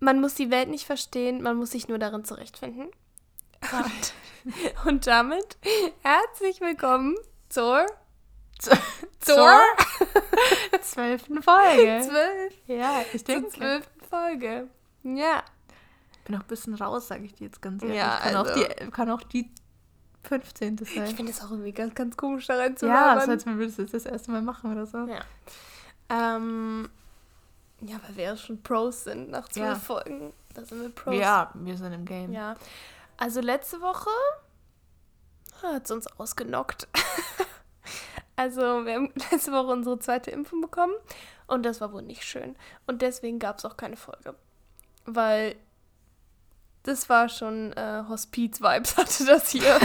man muss die Welt nicht verstehen, man muss sich nur darin zurechtfinden. Und damit herzlich willkommen zur 12. Folge. 12. Ja, ich denke. Zur 12. Folge. Ja. Ich bin noch ein bisschen raus, sage ich dir jetzt ganz ehrlich. Ja, kann auch die 15. sein. Ich finde es auch irgendwie ganz, ganz komisch, da Ja, reinzuhören. so als wenn wir das jetzt das erste Mal machen oder so. Ja. Ja, weil wir ja schon Pros sind nach 12 Folgen. Da sind wir Pros. Ja, wir sind im Game. Ja. Also letzte Woche hat es uns ausgenockt. Also wir haben letzte Woche unsere zweite Impfung bekommen und das war wohl nicht schön. Und deswegen gab es auch keine Folge. Weil das war schon Hospiz-Vibes hatte das hier.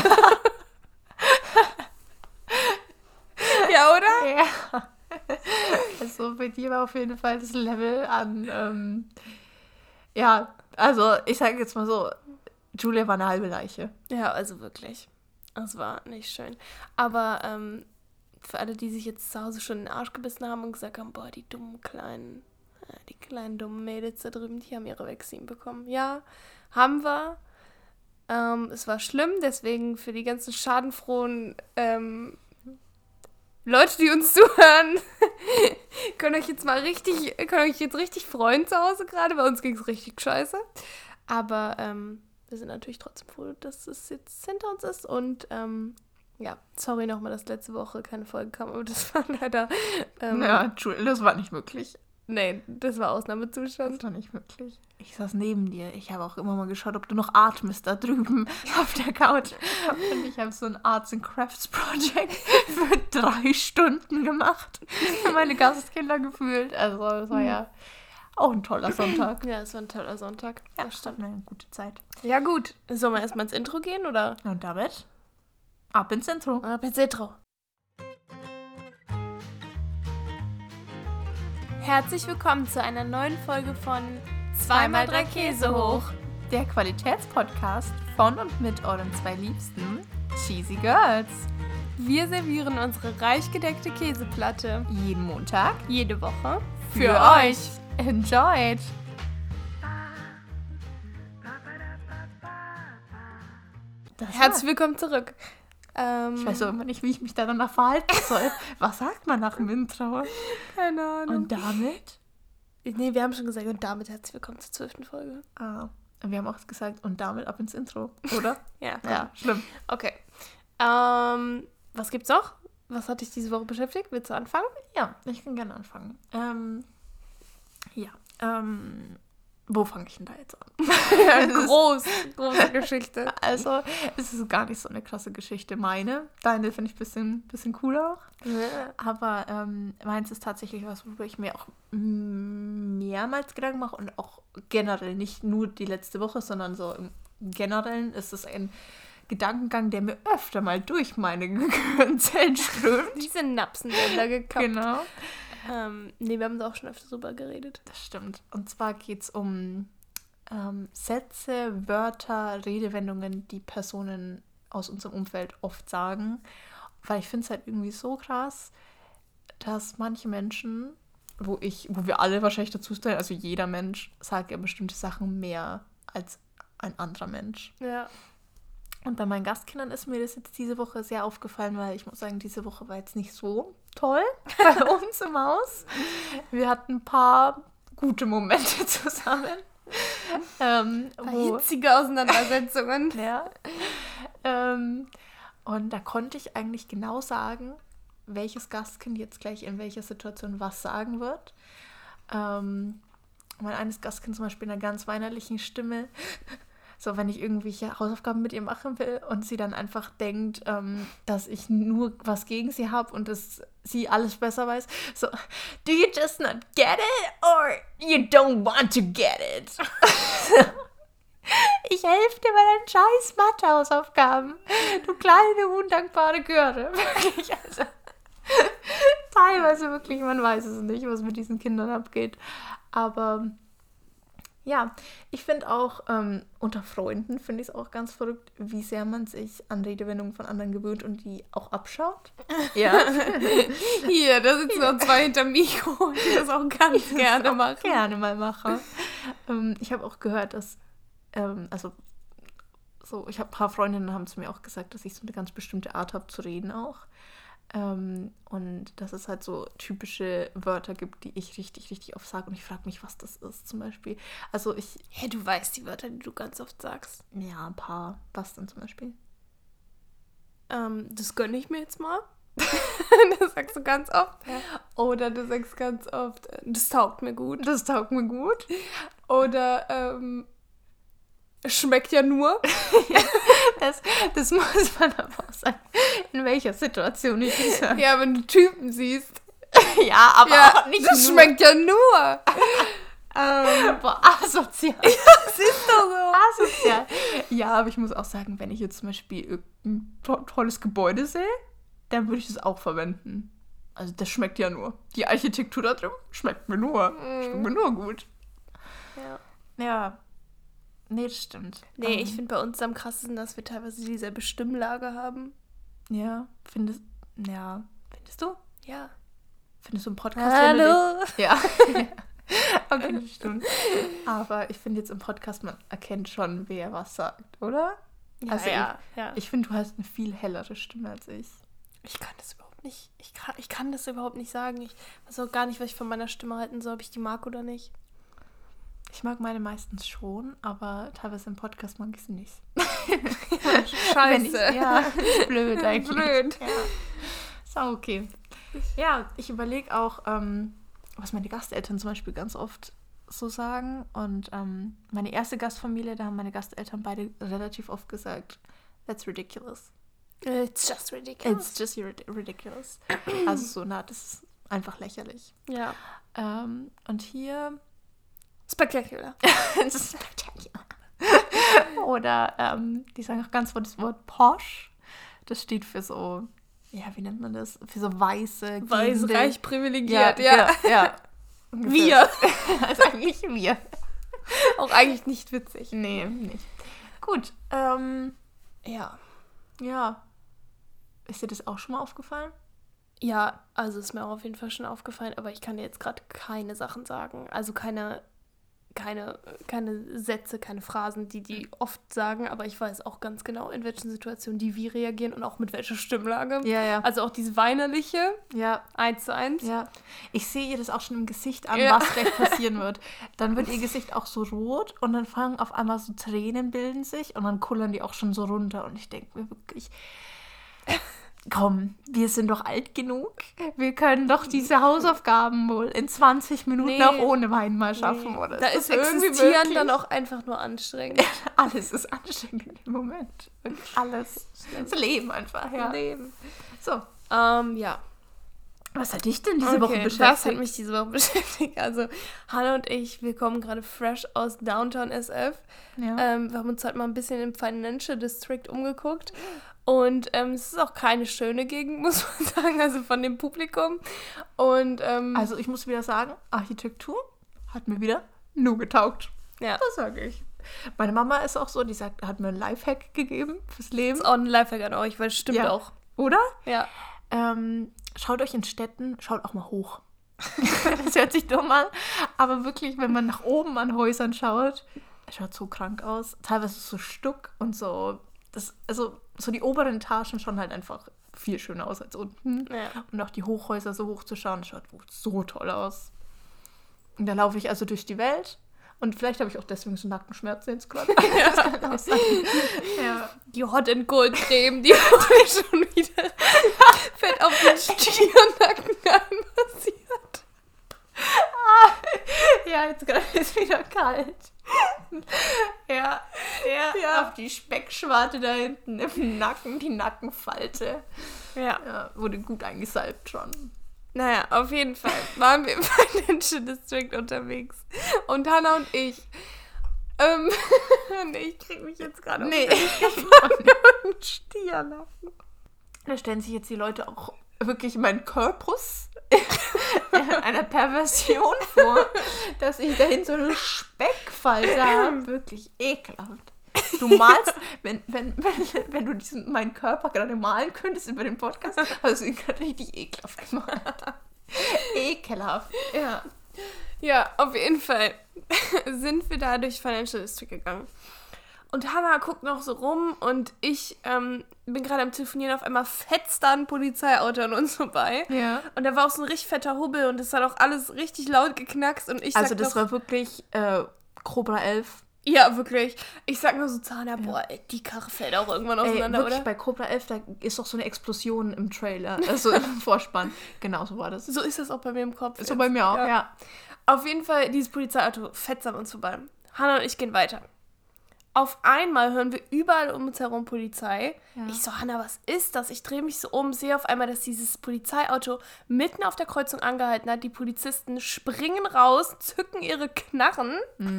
Ja, oder? Ja. Also bei dir war auf jeden Fall das Level an, ja, also ich sage jetzt mal so, Julia war eine halbe Leiche. Ja, also wirklich. Das war nicht schön. Aber für alle, die sich jetzt zu Hause schon in den Arsch gebissen haben und gesagt haben, boah, die kleinen dummen Mädels da drüben, die haben ihre Vaccine bekommen. Ja, haben wir. Es war schlimm, deswegen für die ganzen schadenfrohen Leute, die uns zuhören, könnt euch jetzt richtig freuen zu Hause gerade. Bei uns ging es richtig scheiße. Aber wir sind natürlich trotzdem froh, dass es jetzt hinter uns ist. Und ja, sorry nochmal, dass letzte Woche keine Folge kam, aber das war leider... ja, das war nicht möglich. Nee, das war Ausnahmezustand. Das war nicht möglich. Ich saß neben dir. Ich habe auch immer mal geschaut, ob du noch atmest da drüben auf der Couch. Und ich habe so ein Arts and Crafts Project für 3 Stunden gemacht. Für meine Gastkinder gefühlt. Also das war ja auch ein toller Sonntag. Ja, es war ein toller Sonntag. Ja, das stimmt. Eine gute Zeit. Ja gut, sollen wir erstmal ins Intro gehen, oder? Und damit ab ins Intro. Ab ins Intro. Herzlich willkommen zu einer neuen Folge von 2x3 Käse hoch. Der Qualitätspodcast von und mit euren 2 Liebsten, Cheesy Girls. Wir servieren unsere reich gedeckte Käseplatte Jeden Montag, jede Woche für euch. Enjoyed! Herzlich willkommen zurück. Ich weiß auch immer nicht, wie ich mich da danach verhalten soll. Was sagt man nach dem Intro? Keine Ahnung. Und damit? Nee, wir haben schon gesagt, und damit herzlich willkommen zur 12. Folge. Ah, wir haben auch gesagt, und damit ab ins Intro, oder? Ja. Ja, schlimm. Okay. Was gibt's noch? Was hat dich diese Woche beschäftigt? Willst du anfangen? Ja, ich kann gerne anfangen. Wo fange ich denn da jetzt an? Große Geschichte. Also, es ist gar nicht so eine krasse Geschichte, meine. Deine finde ich ein bisschen cooler auch. Ja. Aber meins ist tatsächlich was, worüber ich mir auch mehrmals Gedanken mache und auch generell, nicht nur die letzte Woche, sondern so im Generellen ist es ein Gedankengang, der mir öfter mal durch meine Gehirnzellen strömt. Die Synapsen werden da gekappt. Genau. Nee, wir haben da auch schon öfter drüber geredet. Das stimmt. Und zwar geht es um Sätze, Wörter, Redewendungen, die Personen aus unserem Umfeld oft sagen. Weil ich finde es halt irgendwie so krass, dass manche Menschen, wo wir alle wahrscheinlich dazu stellen, also jeder Mensch sagt ja bestimmte Sachen mehr als ein anderer Mensch. Ja. Und bei meinen Gastkindern ist mir das jetzt diese Woche sehr aufgefallen, weil ich muss sagen, diese Woche war jetzt nicht so toll bei uns im Haus. Wir hatten ein paar gute Momente zusammen. Hitzige Auseinandersetzungen. Ja. Und da konnte ich eigentlich genau sagen, welches Gastkind jetzt gleich in welcher Situation was sagen wird. Mein eines Gastkind zum Beispiel in einer ganz weinerlichen Stimme. So, wenn ich irgendwelche Hausaufgaben mit ihr machen will und sie dann einfach denkt, dass ich nur was gegen sie habe und dass sie alles besser weiß. So, do you just not get it or you don't want to get it? Ich helfe dir bei deinen scheiß Mathe-Hausaufgaben. Du kleine, undankbare Göre. Wirklich, also. Teilweise wirklich, man weiß es nicht, was mit diesen Kindern abgeht. Aber ja, ich finde auch, unter Freunden finde ich es auch ganz verrückt, wie sehr man sich an Redewendungen von anderen gewöhnt und die auch abschaut. Ja. Hier, da sitzen noch 2 hinterm Mikro, die das auch ganz gerne machen. Gerne mal mache. Ich habe auch gehört, dass, ich habe ein paar Freundinnen haben zu mir auch gesagt, dass ich so eine ganz bestimmte Art habe zu reden auch. Und dass es halt so typische Wörter gibt, die ich richtig, richtig oft sage. Und ich frage mich, was das ist zum Beispiel. Also Hey, du weißt die Wörter, die du ganz oft sagst. Ja, ein paar. Was denn zum Beispiel? Das gönne ich mir jetzt mal. Das sagst du ganz oft. Ja. Oder du sagst ganz oft, das taugt mir gut. Das taugt mir gut. Oder, es schmeckt ja nur. Das muss man aber auch sagen. In welcher Situation ich das sage. Ja, wenn du Typen siehst. Ja, aber auch nicht das nur. schmeckt ja nur. Boah, asozial. Ja, das ist doch so. Asozial. Ja, aber ich muss auch sagen, wenn ich jetzt zum Beispiel irgendein tolles Gebäude sehe, dann würde ich das auch verwenden. Also das schmeckt ja nur. Die Architektur da drin schmeckt mir nur. Schmeckt mir nur gut. Ja. Ja. Nee, das stimmt. Nee, ich finde bei uns am krassesten, dass wir teilweise dieselbe Stimmlage haben. Ja, findest du? Ja. Findest du im Podcast? Hallo. Ja. Okay, das stimmt. Aber ich finde jetzt im Podcast, man erkennt schon, wer was sagt, oder? Ja, Also ja. Ich finde, du hast eine viel hellere Stimme als ich. Ich kann das überhaupt nicht. Ich kann das überhaupt nicht sagen. Ich weiß auch gar nicht, was ich von meiner Stimme halten soll, ob ich die mag oder nicht. Ich mag meine meistens schon, aber teilweise im Podcast mag ich sie nicht. Scheiße. Ja, ist blöd eigentlich. Blöd. Ja. Ist auch okay. Ja, ich überlege auch, was meine Gasteltern zum Beispiel ganz oft so sagen. Und meine erste Gastfamilie, da haben meine Gasteltern beide relativ oft gesagt, that's ridiculous. It's just ridiculous. It's just ridiculous. Also so, das ist einfach lächerlich. Ja. Und hier... Spectacular. Spectacular. Oder die sagen auch ganz das Wort posh. Das steht für so, ja, wie nennt man das? Für so weiße, weiß, gehende. reich, privilegiert, ja. Wir. Also eigentlich wir. Auch eigentlich nicht witzig. Nee, nicht. Gut. Ja. Ja. Ist dir das auch schon mal aufgefallen? Ja, also ist mir auch auf jeden Fall schon aufgefallen, aber ich kann dir jetzt gerade keine Sachen sagen. Also keine Sätze, keine Phrasen, die oft sagen, aber ich weiß auch ganz genau, in welchen Situationen die wie reagieren und auch mit welcher Stimmlage. Ja, ja. Also auch diese weinerliche, Ja. 1:1. Ja. Ich sehe ihr das auch schon im Gesicht an, was gleich passieren wird. Dann wird ihr Gesicht auch so rot und dann fangen auf einmal so Tränen bilden sich und dann kullern die auch schon so runter und ich denke mir wirklich... Komm, wir sind doch alt genug. Wir können doch diese Hausaufgaben wohl in 20 Minuten auch ohne Wein mal schaffen. Oder? Da ist Existieren dann auch einfach nur anstrengend. Alles ist anstrengend im Moment. Wirklich alles. Das Leben einfach, ja. Leben. So. Ja. Was hat dich denn diese Woche beschäftigt? Das hat mich diese Woche beschäftigt. Also, Hannah und ich, wir kommen gerade fresh aus Downtown SF. Ja. Wir haben uns halt mal ein bisschen im Financial District umgeguckt. Und es ist auch keine schöne Gegend, muss man sagen, also von dem Publikum. Und also ich muss wieder sagen, Architektur hat mir wieder nur getaugt. Ja. Das sage ich. Meine Mama ist auch so, die sagt, hat mir einen Lifehack gegeben fürs Leben. Das ist auch ein Lifehack an euch, weil es stimmt auch. Oder? Ja. Schaut euch in Städten, schaut auch mal hoch. Das hört sich dumm an, aber wirklich, wenn man nach oben an Häusern schaut, es schaut so krank aus. Teilweise so Stuck und so. So die oberen Etagen schauen halt einfach viel schöner aus als unten. Ja. Und auch die Hochhäuser so hoch zu schauen, schaut so toll aus. Und da laufe ich also durch die Welt. Und vielleicht habe ich auch deswegen so Nackenschmerzen jetzt gerade. Ja. Das kann auch sein. Ja. Die Hot and Cold Creme, die wurde schon wieder fett auf den Stirnnacken einmassiert. Ja, jetzt gerade ist wieder kalt. Ja, auf die Speckschwarte da hinten im Nacken, die Nackenfalte. Ja, wurde gut eingesalbt schon. Naja, auf jeden Fall waren wir im Financial District unterwegs. Und Hannah und ich, nee, ich krieg mich jetzt gerade auf den Stirnnacken. Da stellen sich jetzt die Leute auch wirklich meinen Korpus einer Perversion vor, dass ich dahin so eine Speckfalte habe. Wirklich ekelhaft. Du malst, wenn du meinen Körper gerade malen könntest über den Podcast, hast du ihn gerade richtig ekelhaft gemalt. Ekelhaft, ja. Ja, auf jeden Fall sind wir da durch Financial District gegangen. Und Hannah guckt noch so rum und ich bin gerade am Telefonieren, auf einmal fetzt da ein Polizeiauto an uns vorbei. Ja. Und da war auch so ein richtig fetter Hubbel und es hat auch alles richtig laut geknackst. Und ich Also sag das war wirklich Cobra 11. Ja, wirklich. Ich sag nur so zu Hannah, boah, ey, die Karre fällt auch irgendwann auseinander, wirklich, oder? bei Cobra 11, da ist doch so eine Explosion im Trailer, also im Vorspann. Genau, so war das. So ist das auch bei mir im Kopf. So jetzt. bei mir auch, ja. Auf jeden Fall, dieses Polizeiauto fetzt an uns vorbei. Hannah und ich gehen weiter. Auf einmal hören wir überall um uns herum Polizei. Ja. Ich so, Hannah, was ist das? Ich drehe mich so um, sehe auf einmal, dass dieses Polizeiauto mitten auf der Kreuzung angehalten hat. Die Polizisten springen raus, zücken ihre Knarren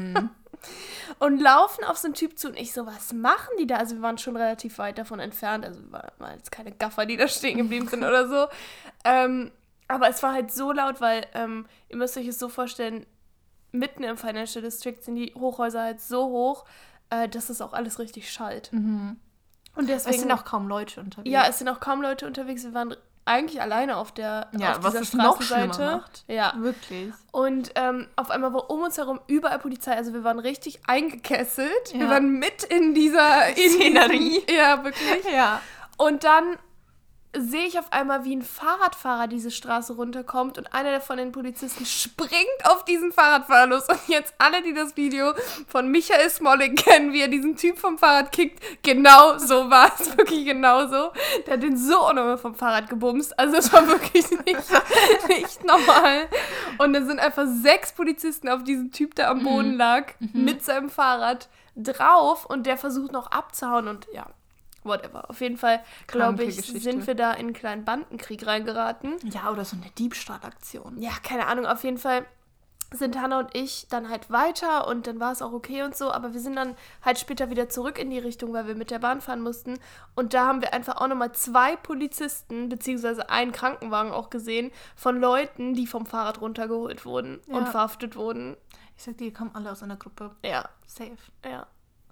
und laufen auf so einen Typ zu. Und ich so, was machen die da? Also wir waren schon relativ weit davon entfernt. Also wir waren jetzt keine Gaffer, die da stehen geblieben sind oder so. Aber es war halt so laut, weil ihr müsst euch es so vorstellen, mitten im Financial District sind die Hochhäuser halt so hoch, dass es auch alles richtig schallt. Mhm. Und deswegen, Es sind auch kaum Leute unterwegs. Ja, es sind auch kaum Leute unterwegs. Wir waren eigentlich alleine auf was dieser es noch Straßenseite. schlimmer macht. Ja. Wirklich. Und auf einmal war um uns herum überall Polizei. Also wir waren richtig eingekesselt. Ja. Wir waren mit in dieser Szenerie. Ja, wirklich. Ja. Und dann sehe ich auf einmal, wie ein Fahrradfahrer diese Straße runterkommt und einer von den Polizisten springt auf diesen Fahrradfahrer los. Und jetzt alle, die das Video von Michael Smolik kennen, wie er diesen Typ vom Fahrrad kickt, genau so war es, wirklich genau so. Der hat den so unnormal vom Fahrrad gebumst. Also es war wirklich nicht normal. Und dann sind einfach 6 Polizisten auf diesen Typ, der am Boden lag, mit seinem Fahrrad drauf und der versucht noch abzuhauen und ja. Whatever. Auf jeden Fall, glaube ich, sind wir da in einen kleinen Bandenkrieg reingeraten. Ja, oder so eine Diebstahlaktion. Ja, keine Ahnung. Auf jeden Fall sind Hannah und ich dann halt weiter und dann war es auch okay und so. Aber wir sind dann halt später wieder zurück in die Richtung, weil wir mit der Bahn fahren mussten. Und da haben wir einfach auch nochmal 2 Polizisten, beziehungsweise einen Krankenwagen auch gesehen, von Leuten, die vom Fahrrad runtergeholt wurden und verhaftet wurden. Ich sag dir, die kommen alle aus einer Gruppe. Ja. Safe. Ja.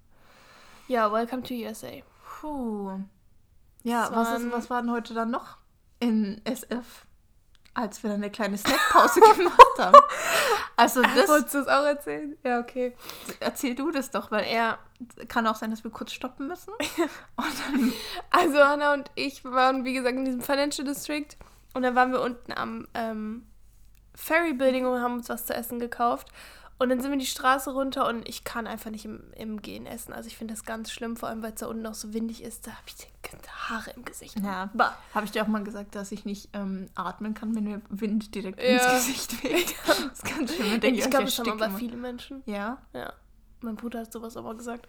Ja, welcome to USA. Puh. Ja, was war denn heute dann noch in SF, als wir dann eine kleine Snackpause gemacht haben? Also das... Wolltest du das auch erzählen? Ja, okay. Erzähl du das doch, weil kann auch sein, dass wir kurz stoppen müssen. Und dann, also Hannah und ich waren, wie gesagt, in diesem Financial District und dann waren wir unten am Ferry Building und haben uns was zu essen gekauft. Und dann sind wir die Straße runter und ich kann einfach nicht im Gehen essen. Also ich finde das ganz schlimm, vor allem weil es da unten auch so windig ist. Da habe ich die Haare im Gesicht. Ja, habe ich dir auch mal gesagt, dass ich nicht atmen kann, wenn mir Wind direkt ins Gesicht weht. Das ist ganz schlimm. Ich glaube, das haben aber viele Menschen. Ja? Ja. Mein Bruder hat sowas auch mal gesagt.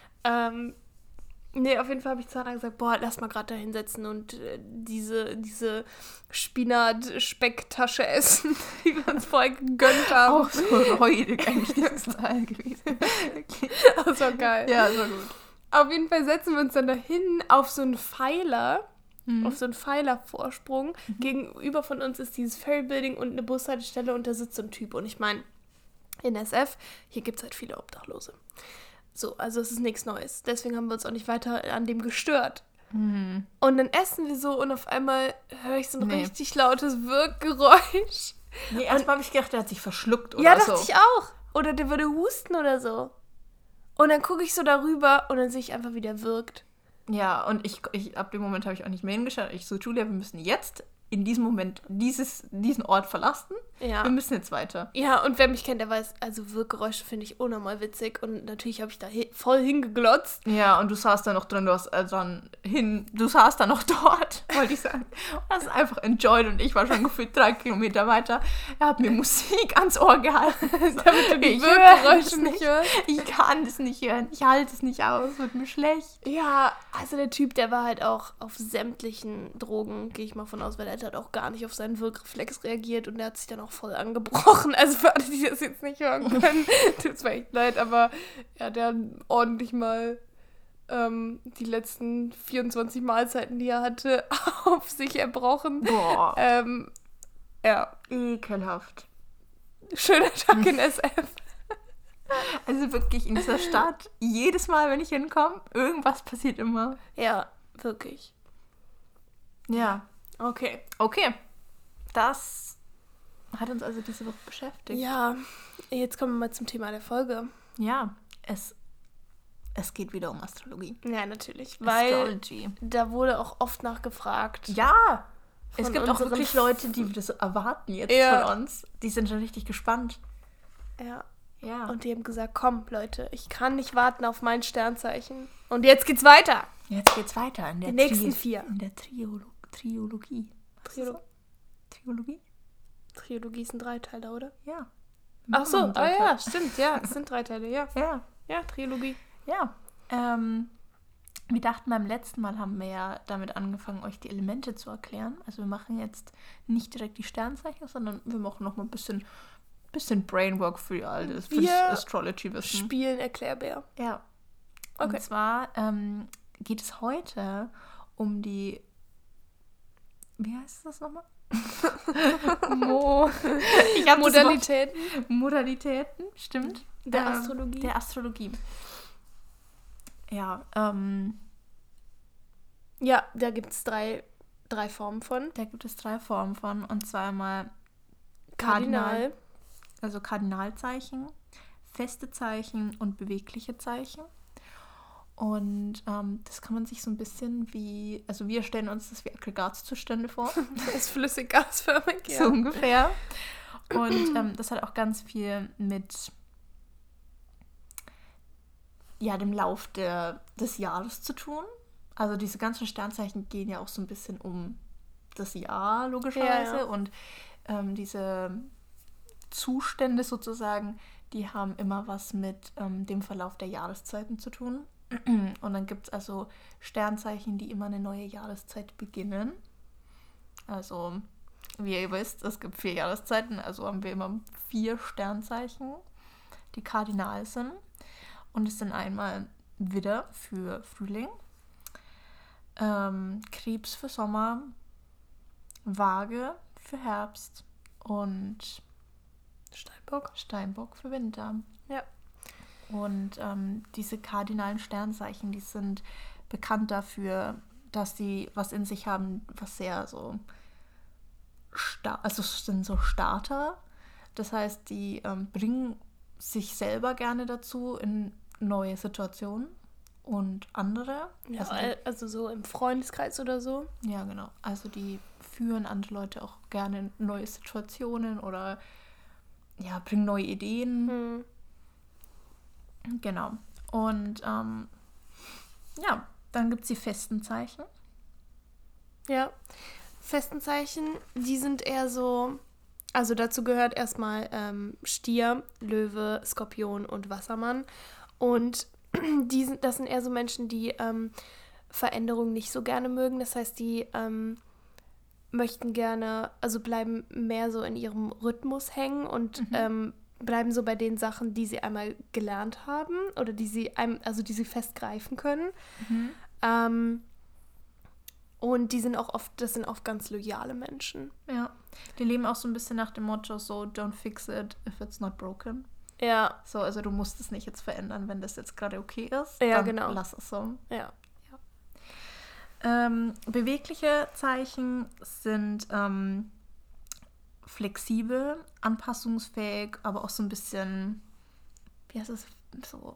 Nee, auf jeden Fall habe ich zu Hannah gesagt, boah, lass mal gerade da hinsetzen und diese Spinat-Specktasche essen, die wir uns vorher gegönnt haben. Auch so räudig eigentlich dieses Teil gewesen. Das war geil. Ja, das war gut. Auf jeden Fall setzen wir uns dann dahin auf so einen Pfeiler, auf so einen Pfeilervorsprung. Gegenüber von uns ist dieses Ferry Building und eine Bushaltestelle und da sitzt so ein Typ. Und ich meine, in SF, hier gibt es halt viele Obdachlose. So, also es ist nichts Neues. Deswegen haben wir uns auch nicht weiter an dem gestört. Und dann essen wir so und auf einmal höre ich so ein richtig lautes Wirkgeräusch. Nee, erstmal habe ich gedacht, der hat sich verschluckt oder so. Ja, so. dachte ich auch. Oder der würde husten oder so. Und dann gucke ich so darüber und dann sehe ich einfach, wie der wirkt. Ja, und ich ab dem Moment habe ich auch nicht mehr hingeschaut. Ich so, Julia, wir müssen jetzt in diesem Moment diesen Ort verlassen. Ja. Wir müssen jetzt weiter. Ja, und wer mich kennt, der weiß, also Wirkgeräusche finde ich unnormal witzig und natürlich habe ich da voll hingeglotzt. Ja, und du saßt da noch drin, du saßt da noch dort, wollte ich sagen. Und hast einfach enjoyed und ich war schon gefühlt 3 Kilometer weiter. Er hat mir Musik ans Ohr gehalten, damit du die Wirkgeräusche nicht hörst. Ich kann das nicht hören, ich halte es nicht aus, wird mir schlecht. Ja, also der Typ, der war halt auch auf sämtlichen Drogen, gehe ich mal von aus, weil er hat auch gar nicht auf seinen Wirkreflex reagiert und der hat sich dann auch voll angebrochen. Also für alle, die das jetzt nicht hören können, tut's mir echt leid, aber ja, der hat ordentlich mal die letzten 24 Mahlzeiten, die er hatte, auf sich erbrochen. Boah. Ja. Ekelhaft. Schöner Tag in SF. Also wirklich in dieser Stadt, jedes Mal, wenn ich hinkomme, irgendwas passiert immer. Ja, wirklich. Ja. Okay. Okay. Das hat uns also diese Woche beschäftigt. Ja, jetzt kommen wir mal zum Thema der Folge. Ja, es geht wieder um Astrologie. Ja, natürlich, weil Astrology. da wurde auch oft nachgefragt. Ja, es Von gibt auch unseren wirklich Leute, die das erwarten jetzt Ja. von uns. Die sind schon richtig gespannt. Ja. Ja. Und die haben gesagt, komm, Leute, ich kann nicht warten auf mein Sternzeichen. Und jetzt geht's weiter. Jetzt geht's weiter in der Die nächsten 4. In der Triologie. Was ist das? Triologie? Triologie ist ein Dreiteiler, oder? Ja. Ach so, Machen wir einen ja, stimmt, ja, es sind 3 Teile, ja. Ja. Ja, Trilogie. Ja. Wir dachten, beim letzten Mal haben wir ja damit angefangen, euch die Elemente zu erklären. Also wir machen jetzt nicht direkt die Sternzeichen, sondern wir machen noch mal ein bisschen Brainwork für all das, für das Astrology-Wissen. Spielen Erklärbär. Ja. Okay. Und zwar geht es heute um die, wie heißt das nochmal? Modalitäten Modalitäten, stimmt. der Astrologie. Der Astrologie. Ja, Ja, da gibt es drei Formen von. da gibt es 3 Formen von. Und zwar einmal Kardinal. also Kardinalzeichen, feste Zeichen und bewegliche Zeichen. Und das kann man sich so ein bisschen wie, also wir stellen uns das wie Aggregatzustände vor, Das ist flüssig gasförmig, ja. so ungefähr. Und das hat auch ganz viel mit dem Lauf des Jahres zu tun. Also diese ganzen Sternzeichen gehen ja auch so ein bisschen um das Jahr, logischerweise. Ja. Und diese Zustände sozusagen, die haben immer was mit dem Verlauf der Jahreszeiten zu tun. Und dann gibt es also Sternzeichen, die immer eine neue Jahreszeit beginnen. Also, wie ihr wisst, es gibt 4 Jahreszeiten, also haben wir immer 4 Sternzeichen, die kardinal sind. Und es sind einmal Widder für Frühling, Krebs für Sommer, Waage für Herbst und Steinbock für Winter. Ja. Und diese kardinalen Sternzeichen, die sind bekannt dafür, dass sie was in sich haben, was sehr so also es sind so Starter. Das heißt, die bringen sich selber gerne dazu in neue Situationen und andere. Ja, also so im Freundeskreis oder so. Ja, genau. Also die führen andere Leute auch gerne in neue Situationen oder ja, bringen neue Ideen. Genau. Und ja, dann gibt es die festen Zeichen. Ja, festen Zeichen, die sind eher so, also dazu gehört erstmal Stier, Löwe, Skorpion und Wassermann. Und das sind eher so Menschen, die Veränderungen nicht so gerne mögen. Das heißt, die möchten gerne, also bleiben mehr so in ihrem Rhythmus hängen und bleiben so bei den Sachen, die sie einmal gelernt haben oder die sie fest greifen können. Und das sind oft ganz loyale Menschen. Ja, die leben auch so ein bisschen nach dem Motto so, don't fix it if it's not broken. Ja. So, also du musst es nicht jetzt verändern, wenn das jetzt gerade okay ist. Ja, dann genau. Lass es so. Ja. Bewegliche Zeichen sind flexibel, anpassungsfähig, aber auch so ein bisschen, wie heißt es, so,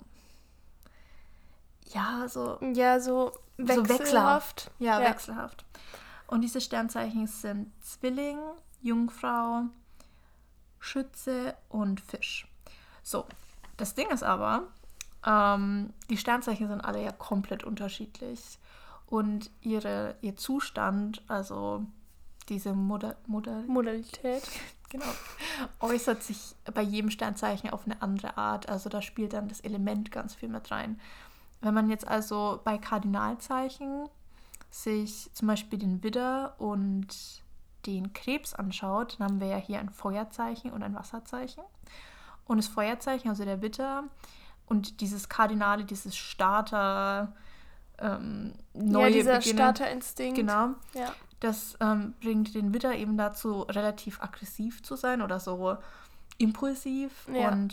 ja, so wechselhaft. Ja, wechselhaft. Und diese Sternzeichen sind Zwilling, Jungfrau, Schütze und Fisch. So, das Ding ist aber, die Sternzeichen sind alle ja komplett unterschiedlich. Und ihr Zustand, also diese Modalität. Genau, äußert sich bei jedem Sternzeichen auf eine andere Art. Also da spielt dann das Element ganz viel mit rein. Wenn man jetzt also bei Kardinalzeichen sich zum Beispiel den Widder und den Krebs anschaut, dann haben wir ja hier ein Feuerzeichen und ein Wasserzeichen. Und das Feuerzeichen, also der Widder, und dieses Kardinale, dieses Starter, neue dieser Beginne, Starterinstinkt. genau, Ja. das bringt den Widder eben dazu, relativ aggressiv zu sein oder so impulsiv und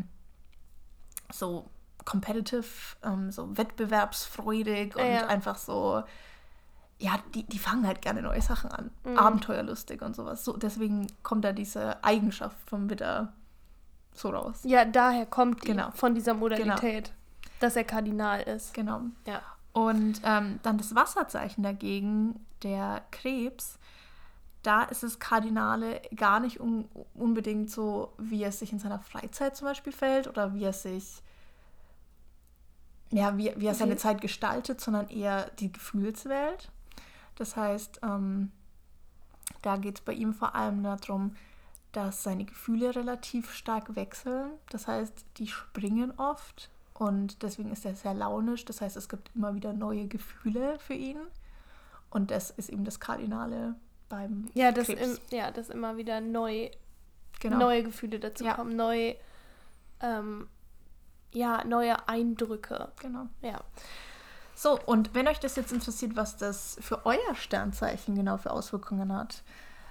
so competitive, so wettbewerbsfreudig und einfach so, ja, die fangen halt gerne neue Sachen an. Abenteuerlustig und sowas. So, deswegen kommt da diese Eigenschaft vom Widder so raus. Ja, daher kommt die, Genau. von dieser Modalität, dass er Kardinal ist. Genau. Ja. Und dann das Wasserzeichen dagegen, der Krebs, da ist das Kardinale gar nicht unbedingt so, wie er sich in seiner Freizeit zum Beispiel verhält oder wie er sich, ja, wie er seine Zeit gestaltet, sondern eher die Gefühlswelt. Das heißt, da geht es bei ihm vor allem darum, dass seine Gefühle relativ stark wechseln. Das heißt, die springen oft und deswegen ist er sehr launisch. Das heißt, es gibt immer wieder neue Gefühle für ihn. Und das ist eben das Kardinale beim Krebs. Dass immer wieder neue Gefühle dazu Ja. kommen, neue Eindrücke. Genau. Ja. So, und wenn euch das jetzt interessiert, was das für euer Sternzeichen genau für Auswirkungen hat,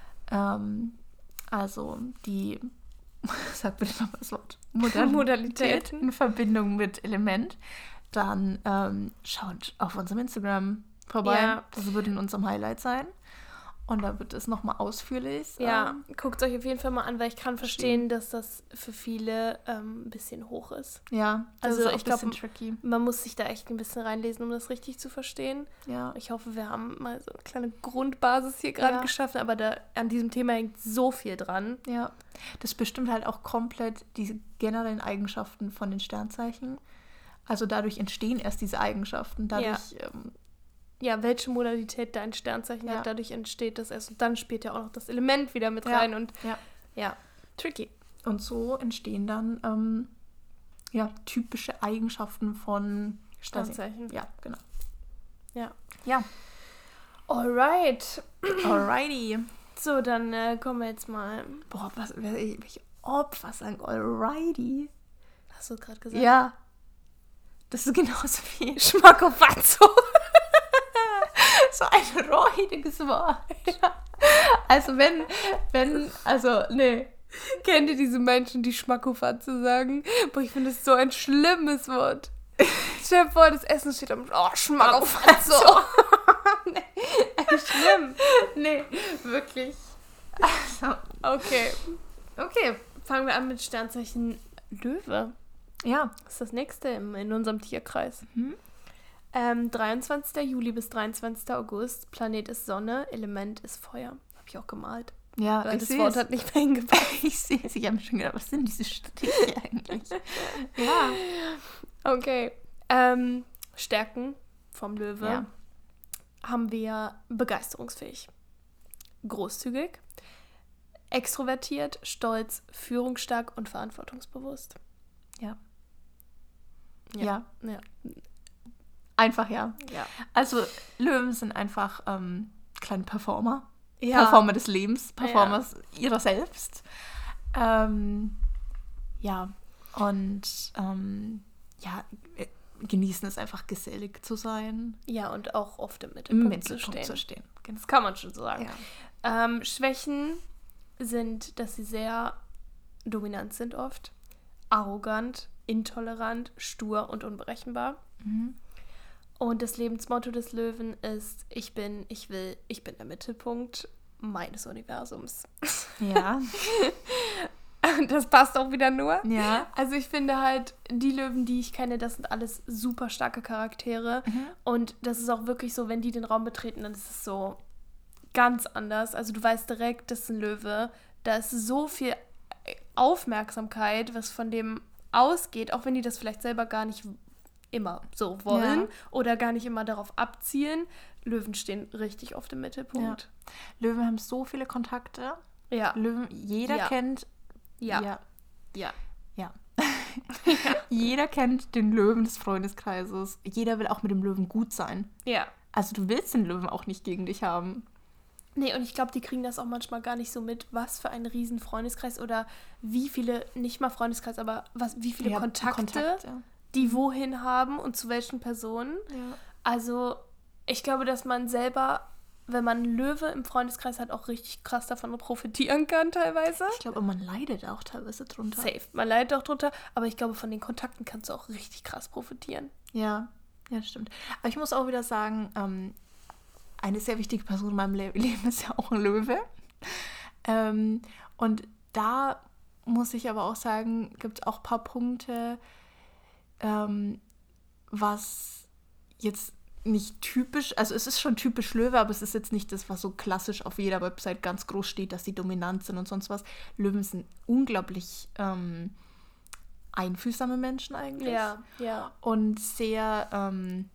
also die, sag bitte noch das Wort, Modalität in Verbindung mit Element, dann schaut auf unserem Instagram vorbei. Ja. Das wird in unserem Highlight sein. Und da wird es nochmal ausführlich. Ja, guckt es euch auf jeden Fall mal an, weil ich kann verstehen, dass das für viele ein bisschen hoch ist. Ja, das Also ist auch ich ein bisschen glaube, tricky. man muss sich da echt ein bisschen reinlesen, um das richtig zu verstehen. Ja. Ich hoffe, wir haben mal so eine kleine Grundbasis hier gerade geschaffen, aber an diesem Thema hängt so viel dran. Ja, das bestimmt halt auch komplett diese generellen Eigenschaften von den Sternzeichen. Also dadurch entstehen erst diese Eigenschaften. Dadurch, welche Modalität dein Sternzeichen hat, dadurch entsteht das erst. Und dann spielt ja auch noch das Element wieder mit rein. Und tricky. Und so entstehen dann typische Eigenschaften von Sternzeichen. Ja, genau. Ja. Alright. Alrighty. So, dann kommen wir jetzt mal. Boah, welche Opfer sagen alrighty? Hast du gerade gesagt? Ja. Das ist genauso wie Schmackofatzo. so ein räudiges Wort. Also nee. Kennt ihr diese Menschen, die Schmackofatzo sagen? Boah, ich finde das so ein schlimmes Wort. Stell dir vor, das Essen steht am Schmackofatzo. Nee, schlimm. Nee, wirklich. Also, Okay, fangen wir an mit Sternzeichen Löwe. Ja. Das ist das nächste in unserem Tierkreis. 23. Juli bis 23. August. Planet ist Sonne, Element ist Feuer. Habe ich auch gemalt. Ja, weil das Wort hat nicht mehr hingepasst. Ich sehe es. Ich habe mir schon gedacht, was sind diese Striche eigentlich? Ja. Okay. Stärken vom Löwe haben wir begeisterungsfähig, großzügig, extrovertiert, stolz, führungsstark und verantwortungsbewusst. Ja. Einfach ja. Also Löwen sind einfach kleine Performer. Performer des Lebens, Performers ihrer selbst. Genießen es einfach gesellig zu sein. Ja, und auch oft im Mittelpunkt zu stehen. Genau. Das kann man schon so sagen. Ja. Schwächen sind, dass sie sehr dominant sind oft, arrogant, intolerant, stur und unberechenbar. Und das Lebensmotto des Löwen ist: ich bin der Mittelpunkt meines Universums. Ja. Das passt auch wieder nur. Ja. Also ich finde halt, die Löwen, die ich kenne, das sind alles super starke Charaktere. Und das ist auch wirklich so, wenn die den Raum betreten, dann ist es so ganz anders. Also du weißt direkt, das ist ein Löwe. Da ist so viel Aufmerksamkeit, was von dem ausgeht, auch wenn die das vielleicht selber gar nicht immer so wollen oder gar nicht immer darauf abzielen. Löwen stehen richtig oft im Mittelpunkt. Ja. Löwen haben so viele Kontakte. Ja. Löwen, jeder kennt... Ja. Jeder kennt den Löwen des Freundeskreises. Jeder will auch mit dem Löwen gut sein. Ja. Also du willst den Löwen auch nicht gegen dich haben. Nee, und ich glaube, die kriegen das auch manchmal gar nicht so mit, was für ein riesen Freundeskreis oder wie viele, nicht mal Freundeskreis, aber wie viele Kontakte die wohin haben und zu welchen Personen. Ja. Also ich glaube, dass man selber, wenn man einen Löwe im Freundeskreis hat, auch richtig krass davon profitieren kann teilweise. Ich glaube, man leidet auch teilweise drunter. Safe, man leidet auch drunter, aber ich glaube, von den Kontakten kannst du auch richtig krass profitieren. Ja, das stimmt. Aber ich muss auch wieder sagen, eine sehr wichtige Person in meinem Leben ist ja auch ein Löwe. Und da muss ich aber auch sagen, gibt es auch ein paar Punkte, was jetzt nicht typisch, also es ist schon typisch Löwe, aber es ist jetzt nicht das, was so klassisch auf jeder Website ganz groß steht, dass sie dominant sind und sonst was. Löwen sind unglaublich einfühlsame Menschen eigentlich. Ja. Und sehr,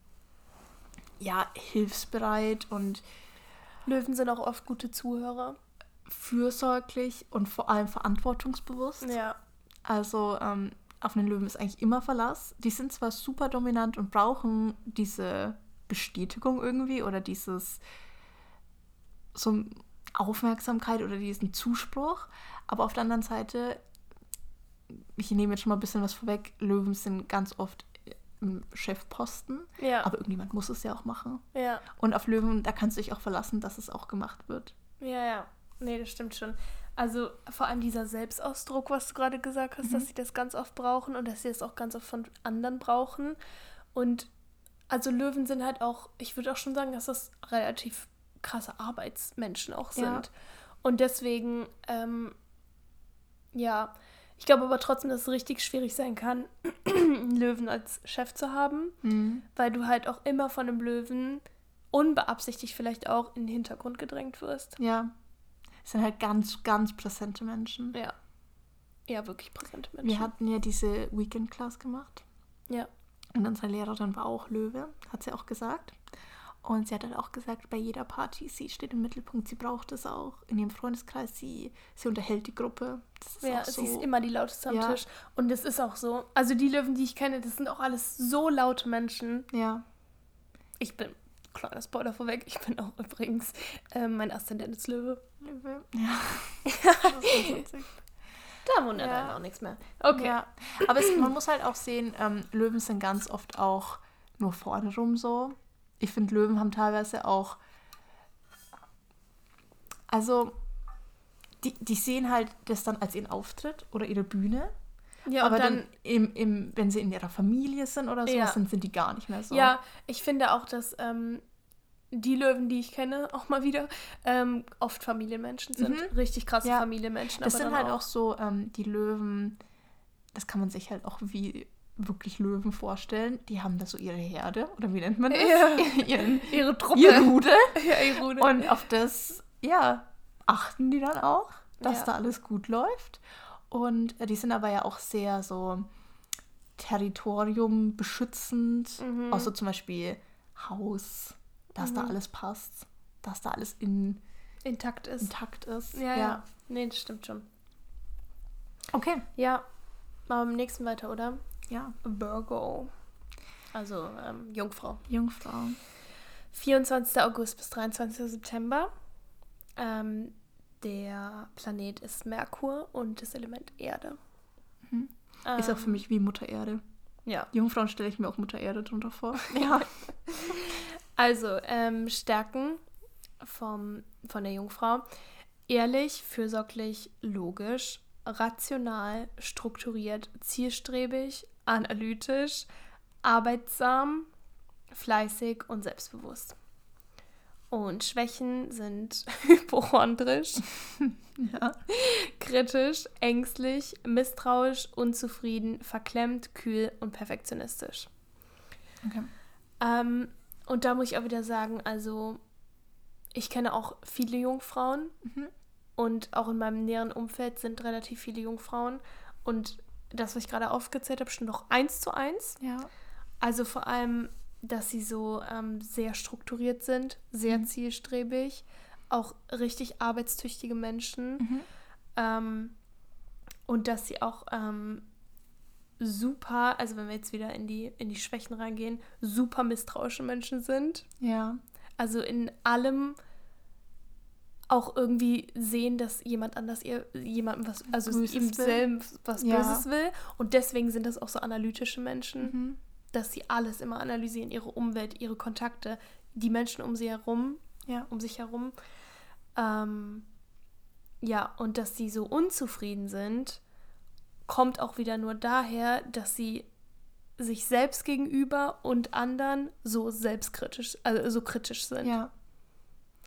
hilfsbereit und Löwen sind auch oft gute Zuhörer. fürsorglich und vor allem verantwortungsbewusst. Ja. Also auf einen Löwen ist eigentlich immer Verlass. Die sind zwar super dominant und brauchen diese Bestätigung irgendwie oder dieses so Aufmerksamkeit oder diesen Zuspruch, aber auf der anderen Seite, ich nehme jetzt schon mal ein bisschen was vorweg, Löwen sind ganz oft im Chefposten, Ja. aber irgendjemand muss es ja auch machen. Ja. Und auf Löwen, da kannst du dich auch verlassen, dass es auch gemacht wird. Ja. Nee, das stimmt schon. Also vor allem dieser Selbstausdruck, was du gerade gesagt hast, dass sie das ganz oft brauchen und dass sie das auch ganz oft von anderen brauchen. Und also Löwen sind halt auch, ich würde auch schon sagen, dass das relativ krasse Arbeitsmenschen auch sind. Ja. Und deswegen, ich glaube aber trotzdem, dass es richtig schwierig sein kann, einen Löwen als Chef zu haben, weil du halt auch immer von einem Löwen unbeabsichtigt vielleicht auch in den Hintergrund gedrängt wirst. Ja. Es sind halt ganz, ganz präsente Menschen. Ja. Ja, wirklich präsente Menschen. Wir hatten ja diese Weekend-Class gemacht. Ja. Und unsere Lehrerin war auch Löwe, hat sie auch gesagt. Und sie hat dann auch gesagt, bei jeder Party, sie steht im Mittelpunkt, sie braucht es auch. In ihrem Freundeskreis, sie unterhält die Gruppe. Das ist auch so. Sie ist immer die lauteste am Ja. Tisch. Und es ist auch so. Also die Löwen, die ich kenne, das sind auch alles so laute Menschen. Ja. Ich bin, kleiner Spoiler vorweg, ich bin auch übrigens, mein Aszendent ist Löwe. Löwe. Ja. Das ist ganz witzig. Da wundert Ja. einen auch nichts mehr. Okay. Ja. Aber man muss halt auch sehen, Löwen sind ganz oft auch nur vorne rum so. Ich finde, Löwen haben teilweise auch, also die sehen halt das dann als ihren Auftritt oder ihre Bühne. Ja, aber und dann, wenn sie in ihrer Familie sind oder so, Ja. sind die gar nicht mehr so. Ja, ich finde auch, dass die Löwen, die ich kenne, auch mal wieder, oft Familienmenschen sind. Richtig krasse Ja. Familienmenschen. Das aber sind dann halt auch so die Löwen, das kann man sich halt auch wie wirklich Löwen vorstellen. Die haben da so ihre Herde, oder wie nennt man das? Ja. Ihre Truppe. Ihr Rudel. Ja, ihr Rudel. Und auf das, achten die dann auch, dass Ja. da alles gut läuft. Und die sind aber ja auch sehr so Territorium beschützend. Auch so zum Beispiel Haus, dass da alles passt, dass da alles intakt ist. intakt ist. Ja. Nee, das stimmt schon. Okay. Ja, machen wir beim nächsten weiter, oder? Ja. Virgo. Also Jungfrau. Jungfrau. 24. August bis 23. September. Der Planet ist Merkur und das Element Erde. Ist auch für mich wie Mutter Erde. Ja. Jungfrauen stelle ich mir auch Mutter Erde drunter vor. Ja. Also, Stärken von der Jungfrau. Ehrlich, fürsorglich, logisch, rational, strukturiert, zielstrebig, analytisch, arbeitsam, fleißig und selbstbewusst. Und Schwächen sind hypochondrisch, kritisch, ängstlich, misstrauisch, unzufrieden, verklemmt, kühl und perfektionistisch. Okay. Und da muss ich auch wieder sagen, also ich kenne auch viele Jungfrauen und auch in meinem näheren Umfeld sind relativ viele Jungfrauen und das, was ich gerade aufgezählt habe, stimmt auch 1:1. Ja. Also vor allem, dass sie so sehr strukturiert sind, sehr zielstrebig, auch richtig arbeitstüchtige Menschen und dass sie auch super, also wenn wir jetzt wieder in die Schwächen reingehen, super misstrauische Menschen sind. Ja. Also in allem auch irgendwie sehen, dass jemand anders jemandem was, also Böses ihm will. selbst was Ja. Böses will. Und deswegen sind das auch so analytische Menschen, dass sie alles immer analysieren, ihre Umwelt, ihre Kontakte, die Menschen um sich herum. Und dass sie so unzufrieden sind, kommt auch wieder nur daher, dass sie sich selbst gegenüber und anderen so selbstkritisch, also so kritisch sind. Ja.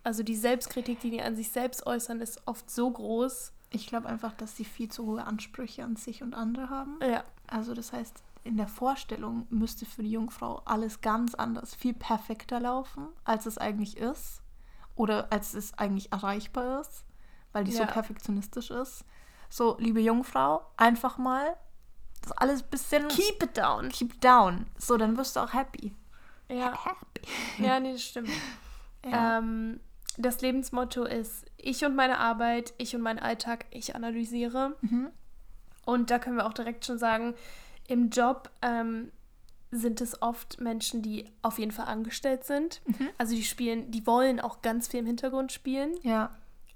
Also die Selbstkritik, die an sich selbst äußern, ist oft so groß. Ich glaube einfach, dass sie viel zu hohe Ansprüche an sich und andere haben. Ja. Also das heißt, in der Vorstellung müsste für die Jungfrau alles ganz anders, viel perfekter laufen, als es eigentlich ist. Oder als es eigentlich erreichbar ist, weil die so perfektionistisch ist. So, liebe Jungfrau, einfach mal das alles ein bisschen... Keep it down. Keep down. So, dann wirst du auch happy. Ja. Happy. Ja, nee, das stimmt. Ja. Das Lebensmotto ist, ich und meine Arbeit, ich und meinen Alltag, ich analysiere. Mhm. Und da können wir auch direkt schon sagen, im Job sind es oft Menschen, die auf jeden Fall angestellt sind. Mhm. Also die wollen auch ganz viel im Hintergrund spielen. Ja.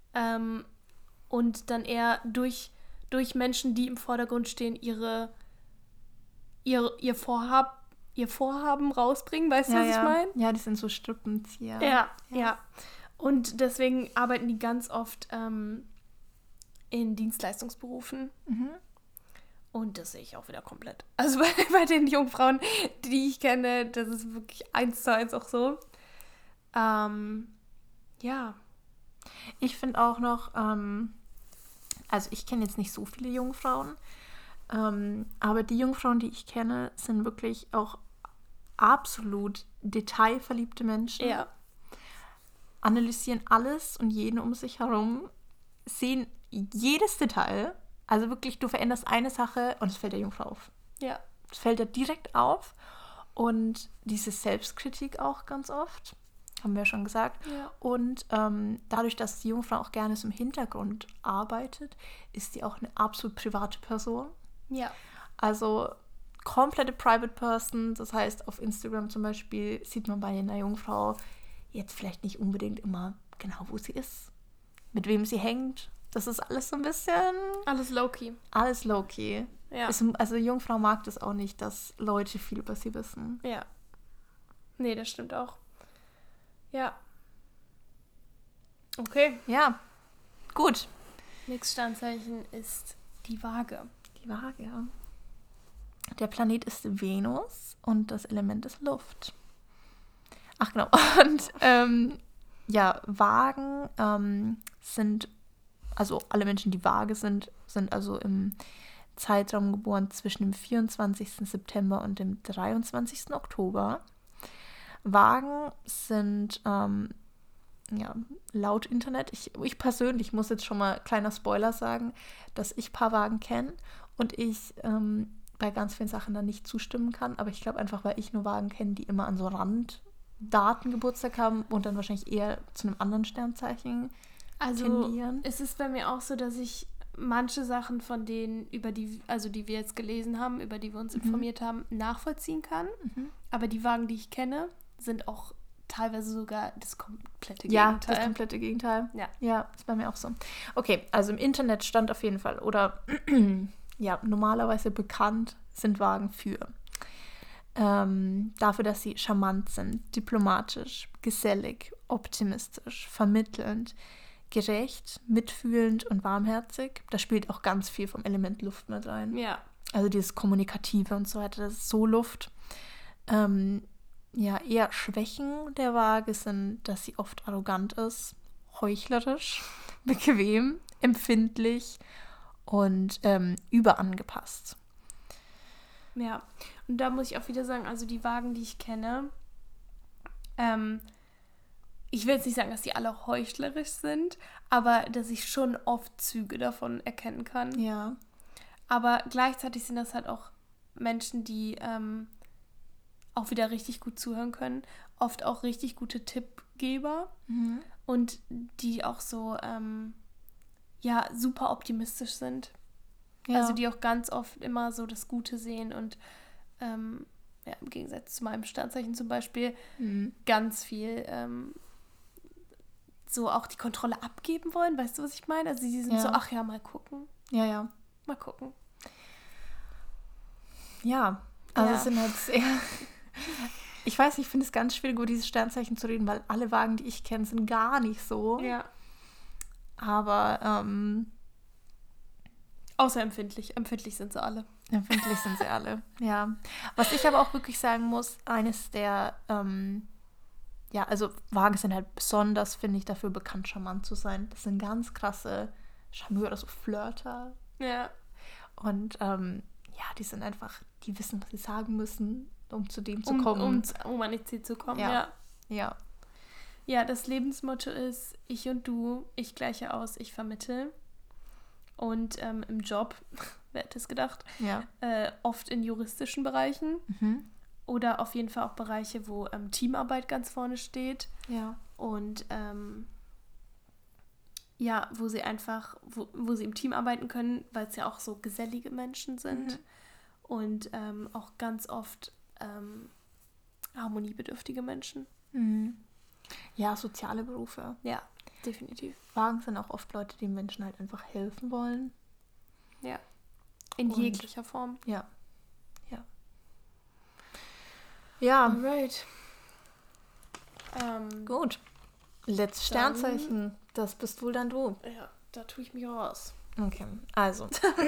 Und dann eher durch Menschen, die im Vordergrund stehen, ihr Vorhaben rausbringen, weißt du, was ich meine? Ja, die sind so Strippenzieher. Ja. Und deswegen arbeiten die ganz oft in Dienstleistungsberufen. Mhm. Und das sehe ich auch wieder komplett. Also bei den Jungfrauen, die ich kenne, das ist wirklich 1:1 auch so. Ja. Ich finde auch noch, also ich kenne jetzt nicht so viele Jungfrauen, aber die Jungfrauen, die ich kenne, sind wirklich auch absolut detailverliebte Menschen. Ja. Analysieren alles und jeden um sich herum, sehen jedes Detail. Also wirklich, du veränderst eine Sache und es fällt der Jungfrau auf. Ja. Es fällt dir direkt auf. Und diese Selbstkritik auch ganz oft, haben wir ja schon gesagt. Ja. Und dadurch, dass die Jungfrau auch gerne so im Hintergrund arbeitet, ist sie auch eine absolut private Person. Ja. Also komplette Private Person. Das heißt, auf Instagram zum Beispiel sieht man bei einer Jungfrau jetzt vielleicht nicht unbedingt immer genau, wo sie ist, mit wem sie hängt. Das ist alles so ein bisschen... Alles low-key. Alles low-key. Ja. Also Jungfrau mag das auch nicht, dass Leute viel über sie wissen. Ja. Nee, das stimmt auch. Ja. Okay. Ja, gut. Nächstes Sternzeichen ist die Waage. Die Waage, ja. Der Planet ist Venus und das Element ist Luft. Ach genau. Und ja, Waagen sind, also alle Menschen, die Waage sind also im Zeitraum geboren zwischen dem 24. September und dem 23. Oktober. Wagen sind, ja, laut Internet, ich persönlich muss jetzt schon mal kleiner Spoiler sagen, dass ich ein paar Wagen kenne und ich bei ganz vielen Sachen dann nicht zustimmen kann, aber ich glaube einfach, weil ich nur Wagen kenne, die immer an so Randdaten Geburtstag haben und dann wahrscheinlich eher zu einem anderen Sternzeichen tendieren. Es ist bei mir auch so, dass ich manche Sachen von denen, die wir jetzt gelesen haben, über die wir uns informiert haben, nachvollziehen kann. Aber die Wagen, die ich kenne, sind auch teilweise sogar das komplette Gegenteil. Ja, das komplette Gegenteil. Ja. Ja, ist bei mir auch so. Okay, also im Internet stand auf jeden Fall, oder ja, normalerweise bekannt sind Wagen für dafür, dass sie charmant sind, diplomatisch, gesellig, optimistisch, vermittelnd, gerecht, mitfühlend und warmherzig. Da spielt auch ganz viel vom Element Luft mit rein. Ja. Also dieses Kommunikative und so weiter, das ist so Luft. Ja, eher Schwächen der Waage sind, dass sie oft arrogant ist, heuchlerisch, bequem, empfindlich und überangepasst. Ja, und da muss ich auch wieder sagen, also die Wagen, die ich kenne, ich will jetzt nicht sagen, dass die alle heuchlerisch sind, aber dass ich schon oft Züge davon erkennen kann. Ja. Aber gleichzeitig sind das halt auch Menschen, die auch wieder richtig gut zuhören können, oft auch richtig gute Tippgeber und die auch so ja, super optimistisch sind. Ja. Also die auch ganz oft immer so das Gute sehen und ja, im Gegensatz zu meinem Sternzeichen zum Beispiel ganz viel so auch die Kontrolle abgeben wollen. Weißt du, was ich meine? Also die sind so, ach ja, mal gucken. Ja, ja. Mal gucken. Ja, also es sind halt sehr... Ich weiß, ich finde es ganz schwierig, über dieses Sternzeichen zu reden, weil alle Wagen, die ich kenne, sind gar nicht so. Ja. Aber außer empfindlich. Empfindlich sind sie alle. Empfindlich sind sie alle, ja. Was ich aber auch wirklich sagen muss, eines der ja, also Wagen sind halt besonders, finde ich, dafür bekannt, charmant zu sein. Das sind ganz krasse Charmeur, so Flirter. Ja. Und ja, die sind einfach, die wissen, was sie sagen müssen, um zu dem zu kommen. Um an die Ziel zu kommen, Ja. ja. Ja. Ja, das Lebensmotto ist, ich und du, ich gleiche aus, ich vermittle. Und im Job, wer hätte es gedacht, Ja. oft in juristischen Bereichen Mhm. oder auf jeden Fall auch Bereiche, wo Teamarbeit ganz vorne steht Ja. und ja, wo sie einfach, wo sie im Team arbeiten können, weil es ja auch so gesellige Menschen sind und auch ganz oft harmoniebedürftige Menschen. Mhm. Ja, soziale Berufe. Ja, definitiv. Wagen sind auch oft Leute, die Menschen halt einfach helfen wollen. Ja. In Und- jeglicher Form. Ja. Ja. Ja, Alright. gut. Letztes Dann- Sternzeichen. Das bist wohl dann du. Ja, da tue ich mich raus. Okay, also.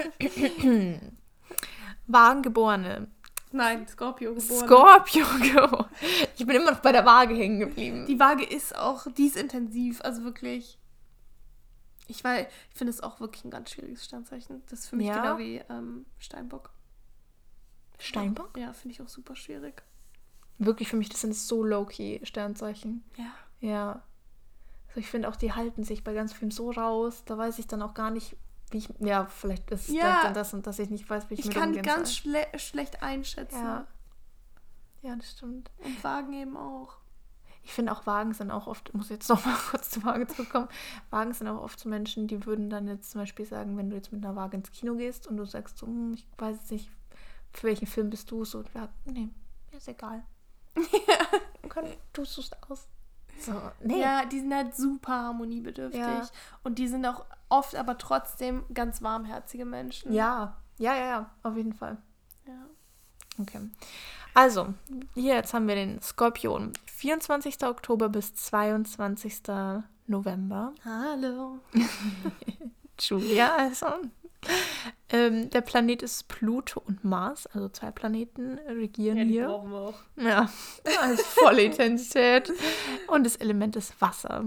Wagengeborene. Nein, Scorpio geboren. Scorpio. Ich bin immer noch bei der Waage hängen geblieben. Die Waage die ist intensiv, also wirklich. Ich finde es auch wirklich ein ganz schwieriges Sternzeichen. Das ist für mich Ja? genau wie Steinbock. Steinbock? Ja, finde ich auch super schwierig. Wirklich, für mich, das sind so low-key Sternzeichen. Ja. Ja. Also ich finde auch, die halten sich bei ganz vielen so raus. Da weiß ich dann auch gar nicht, wie ich. Ja, vielleicht ist Ja. dann das und dass ich nicht weiß, wie ich Ich mit kann umgehen ganz soll. schlecht einschätzen. Ja. Ja, das stimmt. Und Wagen eben auch. Ich finde auch Wagen sind auch oft, muss jetzt noch mal kurz zur Waage zurückkommen, Wagen sind auch oft so Menschen, die würden dann jetzt zum Beispiel sagen, wenn du jetzt mit einer Waage ins Kino gehst und du sagst so, ich weiß jetzt nicht, für welchen Film bist du so, ja, nee, ist egal. Du suchst aus. So, nee. Ja, die sind halt super harmoniebedürftig. Ja. Und die sind auch oft aber trotzdem ganz warmherzige Menschen. Ja, auf jeden Fall. Ja. Okay. Also, hier jetzt haben wir den Skorpion. 24. Oktober bis 22. November. Hallo. Julia, also. Der Planet ist Pluto und Mars, also 2 Planeten regieren Ja, die hier. brauchen wir auch. Ja, also volle Intensität. Und das Element ist Wasser.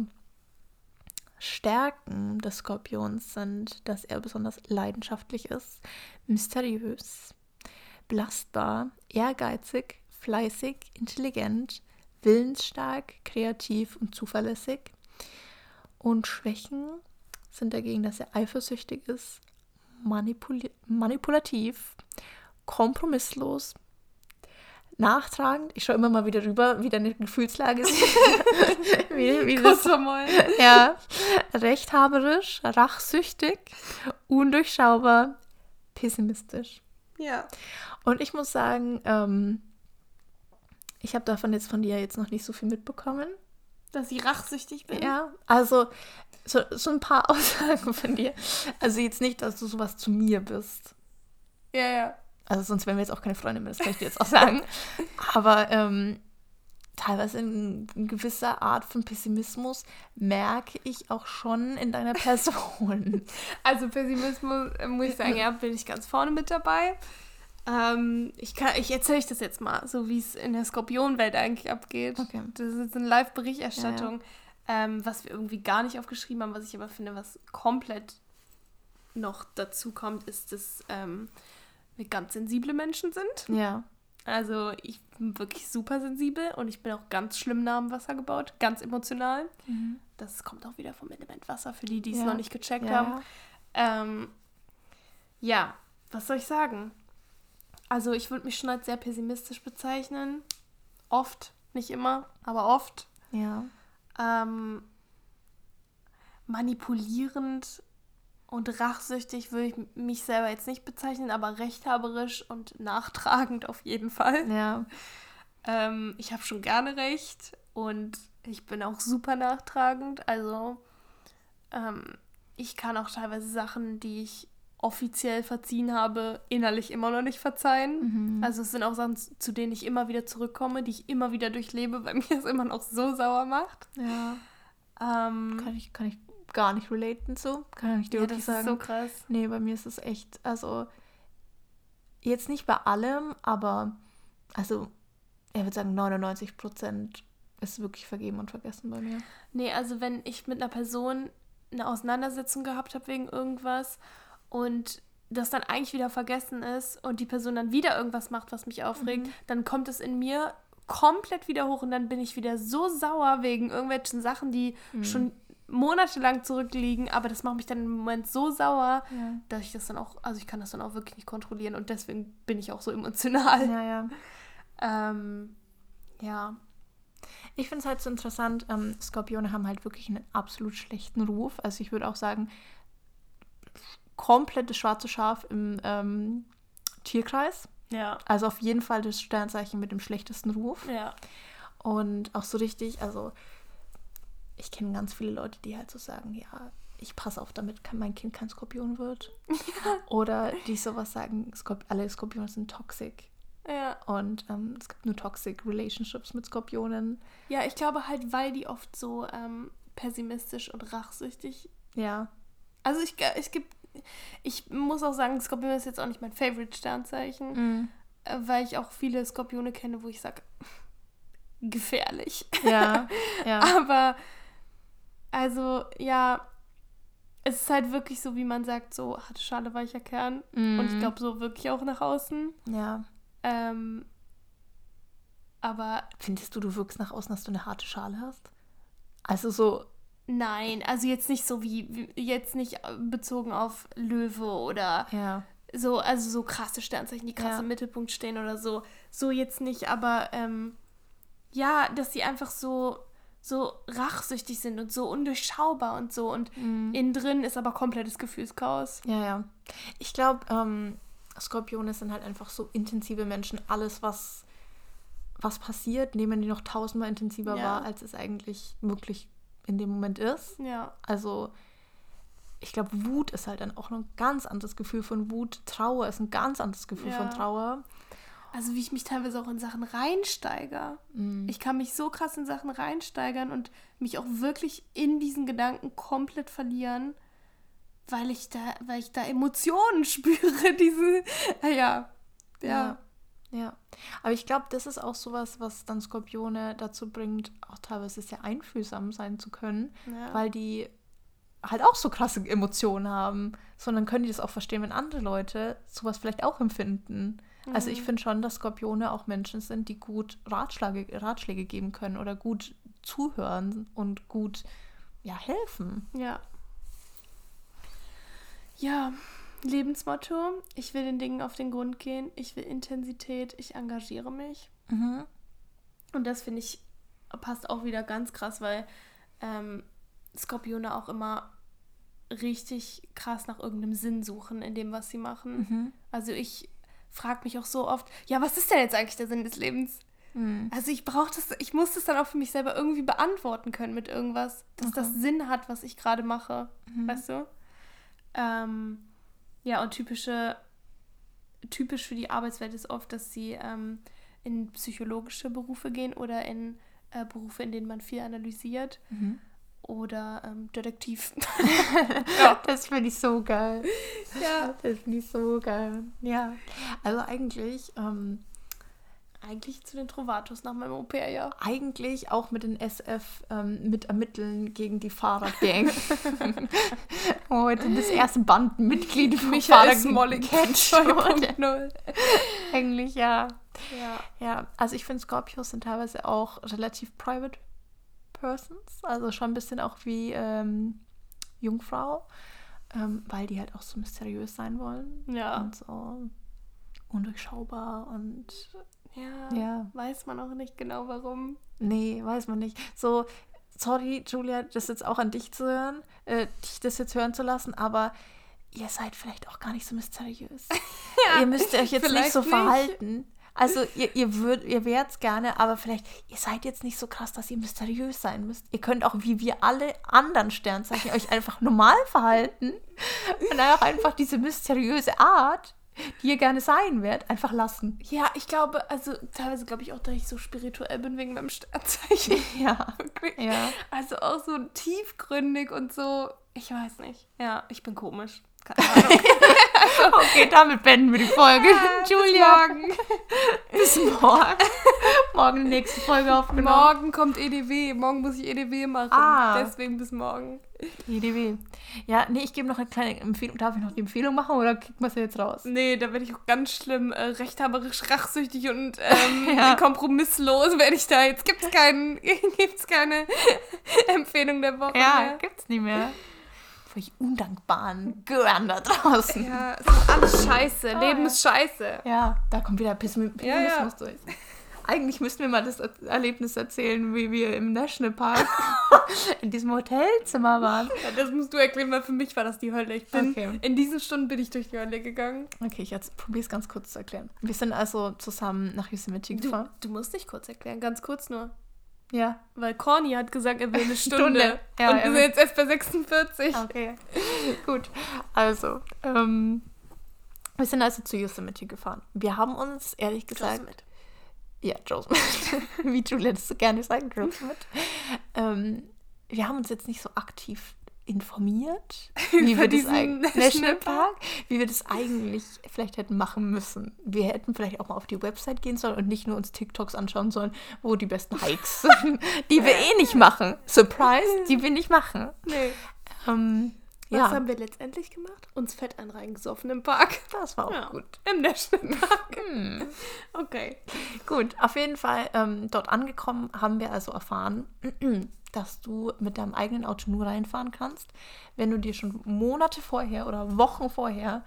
Stärken des Skorpions sind, dass er besonders leidenschaftlich ist, mysteriös, belastbar, ehrgeizig, fleißig, intelligent, willensstark, kreativ und zuverlässig. Und Schwächen sind dagegen, dass er eifersüchtig ist, manipulativ, kompromisslos, nachtragend. Ich schaue immer mal wieder rüber, wie deine Gefühlslage ist. wie Kurz das, vermollen. ja, rechthaberisch, rachsüchtig, undurchschaubar, pessimistisch. Ja. Und ich muss sagen, ich habe davon jetzt von dir jetzt noch nicht so viel mitbekommen. Dass ich rachsüchtig bin. Ja, also so ein paar Aussagen von dir. Also jetzt nicht, dass du sowas zu mir bist. Ja, ja. Also sonst wären wir jetzt auch keine Freunde mehr, das kann ich dir jetzt auch sagen. Aber teilweise in gewisser Art von Pessimismus merke ich auch schon in deiner Person. Also Pessimismus, muss ich sagen, ja, bin ich ganz vorne mit dabei. Ich erzähle euch das jetzt mal, so wie es in der Skorpionwelt eigentlich abgeht. Okay. Das ist jetzt eine Live-Berichterstattung, was wir irgendwie gar nicht aufgeschrieben haben, was ich aber finde, was komplett noch dazu kommt, ist, dass wir ganz sensible Menschen sind. Ja. Also ich bin wirklich super sensibel und ich bin auch ganz schlimm nah am Wasser gebaut, ganz emotional. Mhm. Das kommt auch wieder vom Element Wasser, für die, die es Ja. noch nicht gecheckt Ja. haben. Ja, was soll ich sagen? Also ich würde mich schon als sehr pessimistisch bezeichnen. Oft, nicht immer, aber oft. Ja. Manipulierend und rachsüchtig würde ich mich selber jetzt nicht bezeichnen, aber rechthaberisch und nachtragend auf jeden Fall. Ja. Ich habe schon gerne recht und ich bin auch super nachtragend. Also ich kann auch teilweise Sachen, die ich offiziell verziehen habe, innerlich immer noch nicht verzeihen. Mhm. Also es sind auch Sachen, zu denen ich immer wieder zurückkomme, die ich immer wieder durchlebe, weil mir es immer noch so sauer macht. Ja. Kann ich gar nicht relaten zu. Kann ich dir Ja, wirklich das ist sagen. so krass. Nee, bei mir ist es echt, also jetzt nicht bei allem, aber also ich würde sagen 99% ist wirklich vergeben und vergessen bei mir. Nee, also wenn ich mit einer Person eine Auseinandersetzung gehabt habe wegen irgendwas und das dann eigentlich wieder vergessen ist und die Person dann wieder irgendwas macht, was mich aufregt, dann kommt es in mir komplett wieder hoch und dann bin ich wieder so sauer wegen irgendwelchen Sachen, die schon monatelang zurückliegen, aber das macht mich dann im Moment so sauer, dass ich das dann auch, also ich kann das dann auch wirklich nicht kontrollieren und deswegen bin ich auch so emotional. Ja. Ich finde es halt so interessant, Skorpione haben halt wirklich einen absolut schlechten Ruf. Also ich würde auch sagen, komplettes schwarze Schaf im Tierkreis. Ja. Also auf jeden Fall das Sternzeichen mit dem schlechtesten Ruf. Ja. Und auch so richtig, also ich kenne ganz viele Leute, die halt so sagen, ja, ich passe auf, damit mein Kind kein Skorpion wird. Oder die sowas sagen, alle Skorpione sind toxic. Ja. Und es gibt nur toxic Relationships mit Skorpionen. Ja, ich glaube halt, weil die oft so pessimistisch und rachsüchtig. Ja. Also ich muss auch sagen, Skorpion ist jetzt auch nicht mein Favorite-Sternzeichen, weil ich auch viele Skorpione kenne, wo ich sage, gefährlich. Ja. Aber, also, ja, es ist halt wirklich so, wie man sagt, so harte Schale, weicher Kern. Und ich glaube, so wirklich auch nach außen. Ja. Aber... Findest du wirkst nach außen, dass du eine harte Schale hast? Also so... Nein, also jetzt nicht so wie jetzt nicht bezogen auf Löwe oder so, also so krasse Sternzeichen, die krass im Mittelpunkt stehen oder so. So jetzt nicht, aber ja, dass sie einfach so rachsüchtig sind und so undurchschaubar und so und innen drin ist aber komplettes Gefühlschaos. Ja. Ich glaube, Skorpione sind halt einfach so intensive Menschen. Alles, was passiert, nehmen die noch 1000-mal intensiver wahr, als es eigentlich wirklich in dem Moment ist. Ja. Also ich glaube, Wut ist halt dann auch noch ein ganz anderes Gefühl von Wut. Trauer ist ein ganz anderes Gefühl von Trauer. Also wie ich mich teilweise auch in Sachen reinsteigere. Ich kann mich so krass in Sachen reinsteigern und mich auch wirklich in diesen Gedanken komplett verlieren, weil ich da Emotionen spüre. Ja. Aber ich glaube, das ist auch sowas, was dann Skorpione dazu bringt, auch teilweise sehr einfühlsam sein zu können, weil die halt auch so krasse Emotionen haben. Sondern können die das auch verstehen, wenn andere Leute sowas vielleicht auch empfinden. Also ich finde schon, dass Skorpione auch Menschen sind, die gut Ratschläge geben können oder gut zuhören und gut helfen. Ja, Lebensmotto, ich will den Dingen auf den Grund gehen, ich will Intensität, ich engagiere mich. Und das finde ich, passt auch wieder ganz krass, weil Skorpione auch immer richtig krass nach irgendeinem Sinn suchen in dem, was sie machen. Also ich frage mich auch so oft, ja, was ist denn jetzt eigentlich der Sinn des Lebens? Also ich muss das dann auch für mich selber irgendwie beantworten können mit irgendwas, dass das Sinn hat, was ich gerade mache, weißt du? Ja, und typisch für die Arbeitswelt ist oft, dass sie in psychologische Berufe gehen oder in Berufe, in denen man viel analysiert. Oder Detektiv. Das finde ich so geil. Ja. Das finde ich so geil. Ja. Also eigentlich zu den Trovatos nach meinem Au-pair-Jahr. Eigentlich auch mit den SF mit ermitteln gegen die Fahrradgang. Heute das erste Bandenmitglied vom Michael Smolik 2.0. Eigentlich ja. Also ich finde, Scorpios sind teilweise auch relativ private persons. Also schon ein bisschen auch wie Jungfrau. Weil die halt auch so mysteriös sein wollen. Ja. Und so undurchschaubar und ja, weiß man auch nicht genau, warum. Nee, weiß man nicht. So, sorry, Julia, das jetzt auch an dich zu hören, dich das jetzt hören zu lassen, aber ihr seid vielleicht auch gar nicht so mysteriös. Ihr müsst euch jetzt nicht so verhalten. Also ihr wärt's gerne, aber vielleicht, ihr seid jetzt nicht so krass, dass ihr mysteriös sein müsst. Ihr könnt auch, wie wir alle anderen Sternzeichen, euch einfach normal verhalten und dann auch einfach diese mysteriöse Art, die ihr gerne sein werdet, einfach lassen. Ja, ich glaube, also teilweise glaube ich auch, dass ich so spirituell bin wegen meinem Sternzeichen. Ja. Wirklich. Ja. Also auch so tiefgründig und so, ich weiß nicht. Ja, ich bin komisch. Keine Ahnung. Okay, damit beenden wir die Folge. Julia. Bis morgen. Bis morgen. morgen die nächste Folge aufgenommen. Morgen kommt EDW. Morgen muss ich EDW machen. Deswegen bis morgen. EDW. Ja, nee, ich gebe noch eine kleine Empfehlung. Darf ich noch die Empfehlung machen oder kriegt man sie jetzt raus? Nee, da werde ich auch ganz schlimm rechthaberisch, rachsüchtig und kompromisslos werde ich da. Jetzt gibt's keine Empfehlung der Woche mehr. Gibt's nicht mehr. Für die undankbaren Gören da draußen. Ja, es ist alles scheiße. Leben ist scheiße. Ja, da kommt wieder Pessimismus durch. Eigentlich müssten wir mal das Erlebnis erzählen, wie wir im Nationalpark in diesem Hotelzimmer waren. Ja, das musst du erklären, weil für mich war das die Hölle. In diesen Stunden bin ich durch die Hölle gegangen. Okay, ich probiere es ganz kurz zu erklären. Wir sind also zusammen nach Yosemite gefahren. Du musst nicht kurz erklären, ganz kurz nur. Ja. Weil Corny hat gesagt, er will eine Stunde. Ja, und wir sind jetzt erst bei 46. Okay, gut. Also, wir sind also zu Yosemite gefahren. Wir haben uns, ehrlich gesagt... Yosemite. Ja, Yosemite. Wie Julia das so gerne sagt, Yosemite. Wir haben uns jetzt nicht so aktiv informiert, wie wir das Nationalpark, wie wir das eigentlich vielleicht hätten machen müssen. Wir hätten vielleicht auch mal auf die Website gehen sollen und nicht nur uns TikToks anschauen sollen, wo die besten Hikes sind, die wir eh nicht machen. Surprise, die wir nicht machen. Nee. Was haben wir letztendlich gemacht? Uns fett reingesoffen im Park. Das war auch gut. Im Nationalpark. Okay. Gut, auf jeden Fall dort angekommen haben wir also erfahren, dass du mit deinem eigenen Auto nur reinfahren kannst, wenn du dir schon Monate vorher oder Wochen vorher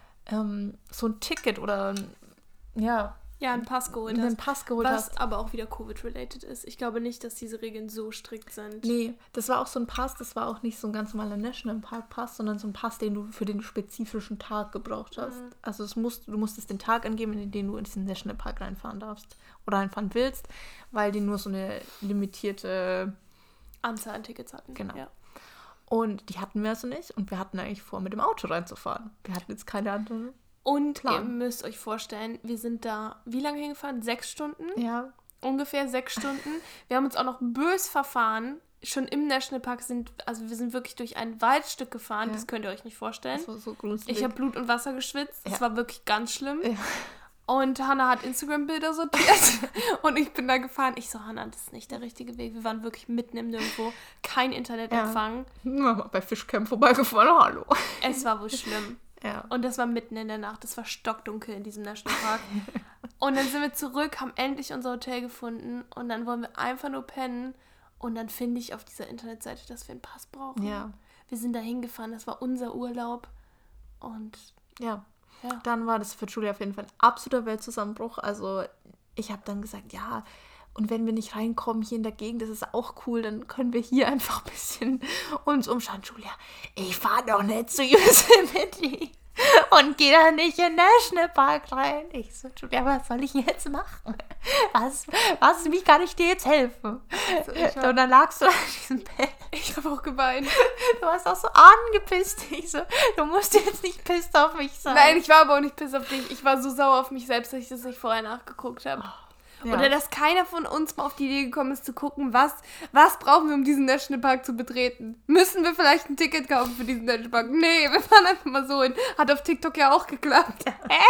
so ein Ticket oder einen Pass geholt hast. Was aber auch wieder Covid-related ist. Ich glaube nicht, dass diese Regeln so strikt sind. Nee, das war auch so ein Pass, das war auch nicht so ein ganz normaler Nationalpark-Pass, sondern so ein Pass, den du für den spezifischen Tag gebraucht hast. Also du musstest den Tag angeben, in den du in diesen Nationalpark reinfahren darfst oder reinfahren willst, weil die nur so eine limitierte Anzahl an Tickets hatten. Genau. Ja. Und die hatten wir also nicht und wir hatten eigentlich vor, mit dem Auto reinzufahren. Wir hatten jetzt keine andere... Und ihr müsst euch vorstellen, wir sind da, wie lange hingefahren? 6 Stunden? Ja. Ungefähr 6 Stunden. Wir haben uns auch noch bös verfahren. Schon im Nationalpark wir sind wirklich durch ein Waldstück gefahren. Ja. Das könnt ihr euch nicht vorstellen. Das war so gruselig. Ich habe Blut und Wasser geschwitzt. Das war wirklich ganz schlimm. Ja. Und Hannah hat Instagram-Bilder sortiert. Und ich bin da gefahren. Ich so, Hannah, das ist nicht der richtige Weg. Wir waren wirklich mitten im Nirgendwo. Kein Internetempfang. Ja. Bei Fischcamp vorbeigefahren. Hallo. Es war wohl schlimm. Ja. Und das war mitten in der Nacht. Es war stockdunkel in diesem Nationalpark. Und dann sind wir zurück, haben endlich unser Hotel gefunden. Und dann wollen wir einfach nur pennen. Und dann finde ich auf dieser Internetseite, dass wir einen Pass brauchen. Ja. Wir sind da hingefahren. Das war unser Urlaub. Und ja. Dann war das für Julia auf jeden Fall ein absoluter Weltzusammenbruch. Also ich habe dann gesagt, ja, und wenn wir nicht reinkommen hier in der Gegend, das ist auch cool, dann können wir hier einfach ein bisschen uns umschauen. Julia, ich fahre doch nicht zu Yosemite und gehe da nicht in den Nationalpark rein. Ich so, Julia, was soll ich jetzt machen? Wie kann ich dir jetzt helfen? Also und dann lagst du da in diesem Bett. Ich habe auch geweint. Du warst auch so angepisst. Ich so, du musst jetzt nicht pisst auf mich sein. Nein, ich war aber auch nicht pisst auf dich. Ich war so sauer auf mich selbst, dass ich das nicht vorher nachgeguckt habe. Ja. Oder dass keiner von uns mal auf die Idee gekommen ist, zu gucken, was brauchen wir, um diesen Nationalpark zu betreten? Müssen wir vielleicht ein Ticket kaufen für diesen Nationalpark? Nee, wir fahren einfach mal so hin. Hat auf TikTok ja auch geklappt.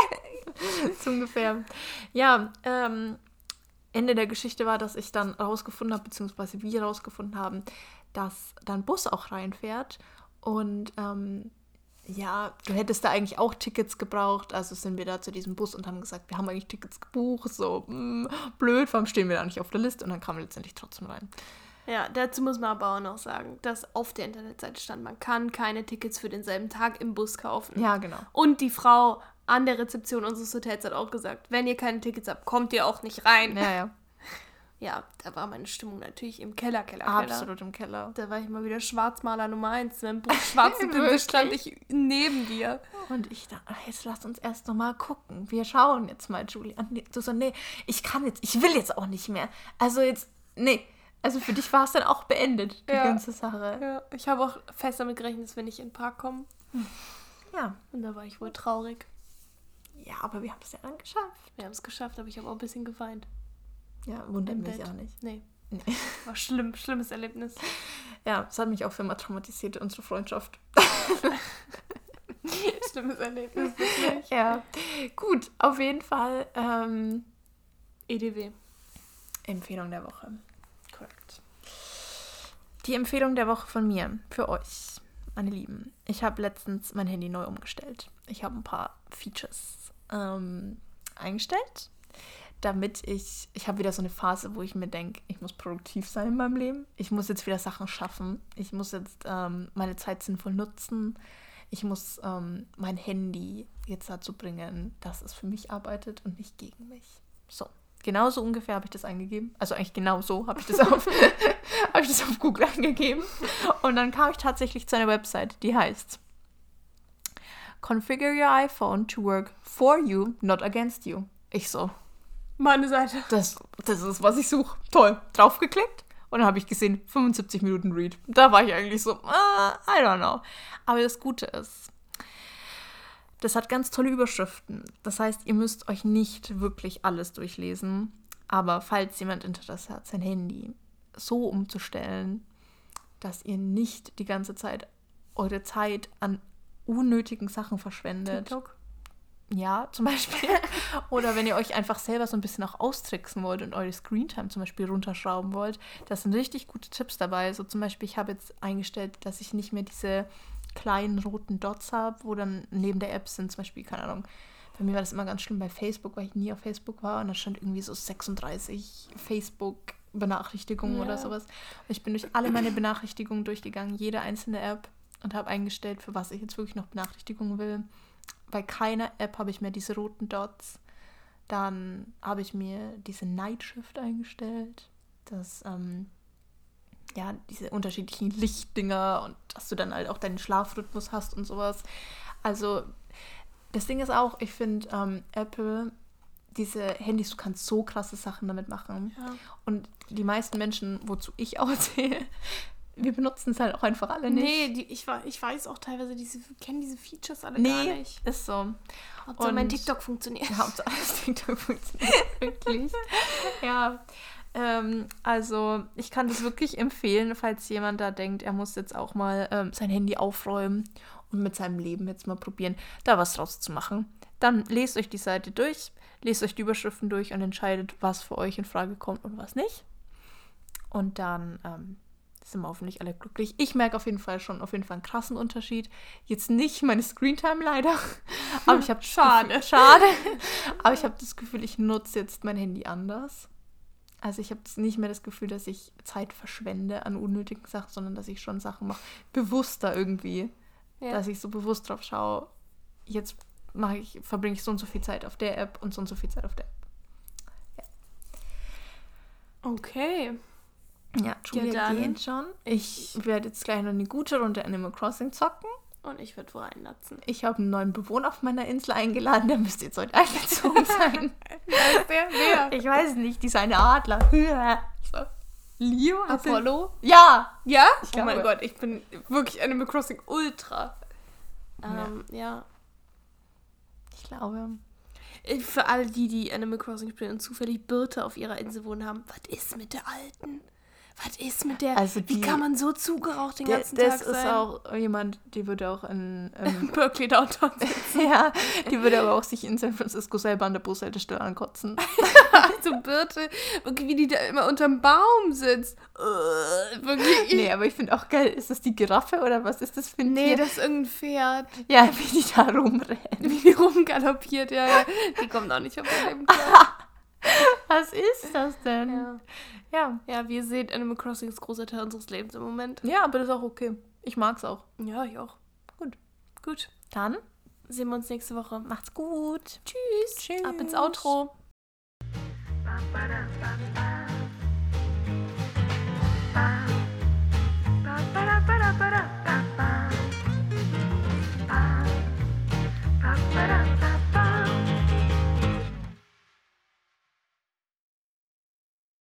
So ungefähr. Ja, Ende der Geschichte war, dass ich dann rausgefunden habe, beziehungsweise wir rausgefunden haben, dass da ein Bus auch reinfährt. Und du hättest da eigentlich auch Tickets gebraucht. Also sind wir da zu diesem Bus und haben gesagt, wir haben eigentlich Tickets gebucht. So, blöd, warum stehen wir da nicht auf der Liste? Und dann kamen wir letztendlich trotzdem rein. Ja, dazu muss man aber auch noch sagen, dass auf der Internetseite stand, man kann keine Tickets für denselben Tag im Bus kaufen. Ja, genau. Und die Frau an der Rezeption unseres Hotels hat auch gesagt, wenn ihr keine Tickets habt, kommt ihr auch nicht rein. Ja. Ja, da war meine Stimmung natürlich im Keller. Absolut im Keller. Da war ich mal wieder Schwarzmaler Nummer 1. Mit einem schwarzen Pinsel stand ich neben dir. Und ich dachte, jetzt lass uns erst noch mal gucken. Wir schauen jetzt mal, Julia. Du so, nee, ich will jetzt auch nicht mehr. Also jetzt, nee. Also für dich war es dann auch beendet, die ganze Sache. Ja, ich habe auch fest damit gerechnet, dass wir nicht in den Park kommen. Ja. Und da war ich wohl traurig. Ja, aber wir haben es ja dann geschafft. Wir haben es geschafft, aber ich habe auch ein bisschen geweint. Ja, wundert mich auch nicht. Nee. War schlimmes Erlebnis. Ja, es hat mich auch für immer traumatisiert, unsere Freundschaft. Schlimmes Erlebnis, wirklich. Ja, gut, auf jeden Fall. EDW. Empfehlung der Woche. Korrekt. Die Empfehlung der Woche von mir für euch, meine Lieben. Ich habe letztens mein Handy neu umgestellt. Ich habe ein paar Features eingestellt, damit ich habe wieder so eine Phase, wo ich mir denke, ich muss produktiv sein in meinem Leben. Ich muss jetzt wieder Sachen schaffen. Ich muss jetzt meine Zeit sinnvoll nutzen. Ich muss mein Handy jetzt dazu bringen, dass es für mich arbeitet und nicht gegen mich. So, genauso ungefähr habe ich das eingegeben. Also eigentlich genau so habe ich das auf Google eingegeben. Und dann kam ich tatsächlich zu einer Website, die heißt Configure your iPhone to work for you, not against you. Ich so, Meine Seite. das ist, was ich suche. Toll. Draufgeklickt und dann habe ich gesehen, 75 Minuten Read. Da war ich eigentlich so, I don't know. Aber das Gute ist, das hat ganz tolle Überschriften. Das heißt, ihr müsst euch nicht wirklich alles durchlesen. Aber falls jemand Interesse hat, sein Handy so umzustellen, dass ihr nicht die ganze Zeit eure Zeit an unnötigen Sachen verschwendet. TikTok. Ja, zum Beispiel. Oder wenn ihr euch einfach selber so ein bisschen auch austricksen wollt und eure Screentime zum Beispiel runterschrauben wollt, da sind richtig gute Tipps dabei. So zum Beispiel, ich habe jetzt eingestellt, dass ich nicht mehr diese kleinen roten Dots habe, wo dann neben der App sind zum Beispiel, keine Ahnung, bei mir war das immer ganz schlimm bei Facebook, weil ich nie auf Facebook war und da stand irgendwie so 36 Facebook-Benachrichtigungen oder sowas. Und ich bin durch alle meine Benachrichtigungen durchgegangen, jede einzelne App und habe eingestellt, für was ich jetzt wirklich noch Benachrichtigungen will. Bei keiner App habe ich mehr diese roten Dots. Dann habe ich mir diese Night Shift eingestellt. Das, diese unterschiedlichen Lichtdinger und dass du dann halt auch deinen Schlafrhythmus hast und sowas. Also, das Ding ist auch, ich finde, Apple, diese Handys, du kannst so krasse Sachen damit machen. Ja. Und die meisten Menschen, wozu ich auch zähle, wir benutzen es halt auch einfach alle nicht. Nee, ich weiß auch teilweise, kennen diese Features alle gar nicht. Ist so. Hauptsache mein TikTok funktioniert. Ja, Hauptsache das TikTok funktioniert wirklich. Ja, also ich kann das wirklich empfehlen, falls jemand da denkt, er muss jetzt auch mal sein Handy aufräumen und mit seinem Leben jetzt mal probieren, da was draus zu machen. Dann lest euch die Seite durch, lest euch die Überschriften durch und entscheidet, was für euch in Frage kommt und was nicht. Und dann sind wir hoffentlich alle glücklich. Ich merke auf jeden Fall einen krassen Unterschied. Jetzt nicht meine Screentime leider, aber ich habe schade. Aber ich habe das Gefühl, ich nutze jetzt mein Handy anders. Also ich habe nicht mehr das Gefühl, dass ich Zeit verschwende an unnötigen Sachen, sondern dass ich schon Sachen mache, bewusster irgendwie. Ja. Dass ich so bewusst drauf schaue, jetzt verbringe ich so und so viel Zeit auf der App und so viel Zeit auf der App. Ja. Okay. Ja, Julia geht schon. Ich werde jetzt gleich noch eine gute Runde Animal Crossing zocken. Und ich werde wohl einlatzen. Ich habe einen neuen Bewohner auf meiner Insel eingeladen, der müsste jetzt heute eingezogen sein. Wer? Ich weiß nicht, dieser eine Adler. So. Leo? Apollo? Ja! Ja? Oh mein Gott, ich bin wirklich Animal Crossing Ultra. Ja. Ich glaube. Für alle, die Animal Crossing spielen und zufällig Birte auf ihrer Insel wohnen haben, was ist mit der Alten? Was ist mit der? Also wie kann man so zugeraucht den ganzen Tag sein? Das ist auch jemand, die würde auch in Berkeley Downtown sitzen. Ja, die würde aber auch sich in San Francisco selber an der Bushaltestelle ankotzen. Also Birte, wirklich, wie die da immer unterm Baum sitzt. Wirklich. Nee, aber ich finde auch geil, ist das die Giraffe oder was ist das für ein Tier? Nee, das ist irgendein Pferd. Ja, wie die da rumrennen. Wie die rumgaloppiert, ja. Die kommt auch nicht auf ihr Leben klar. Was ist das denn? Ja. Ja, wie ihr seht, Animal Crossing ist ein großer Teil unseres Lebens im Moment. Ja, aber das ist auch okay. Ich mag's auch. Ja, ich auch. Gut. Dann sehen wir uns nächste Woche. Macht's gut. Tschüss. Ab ins Outro.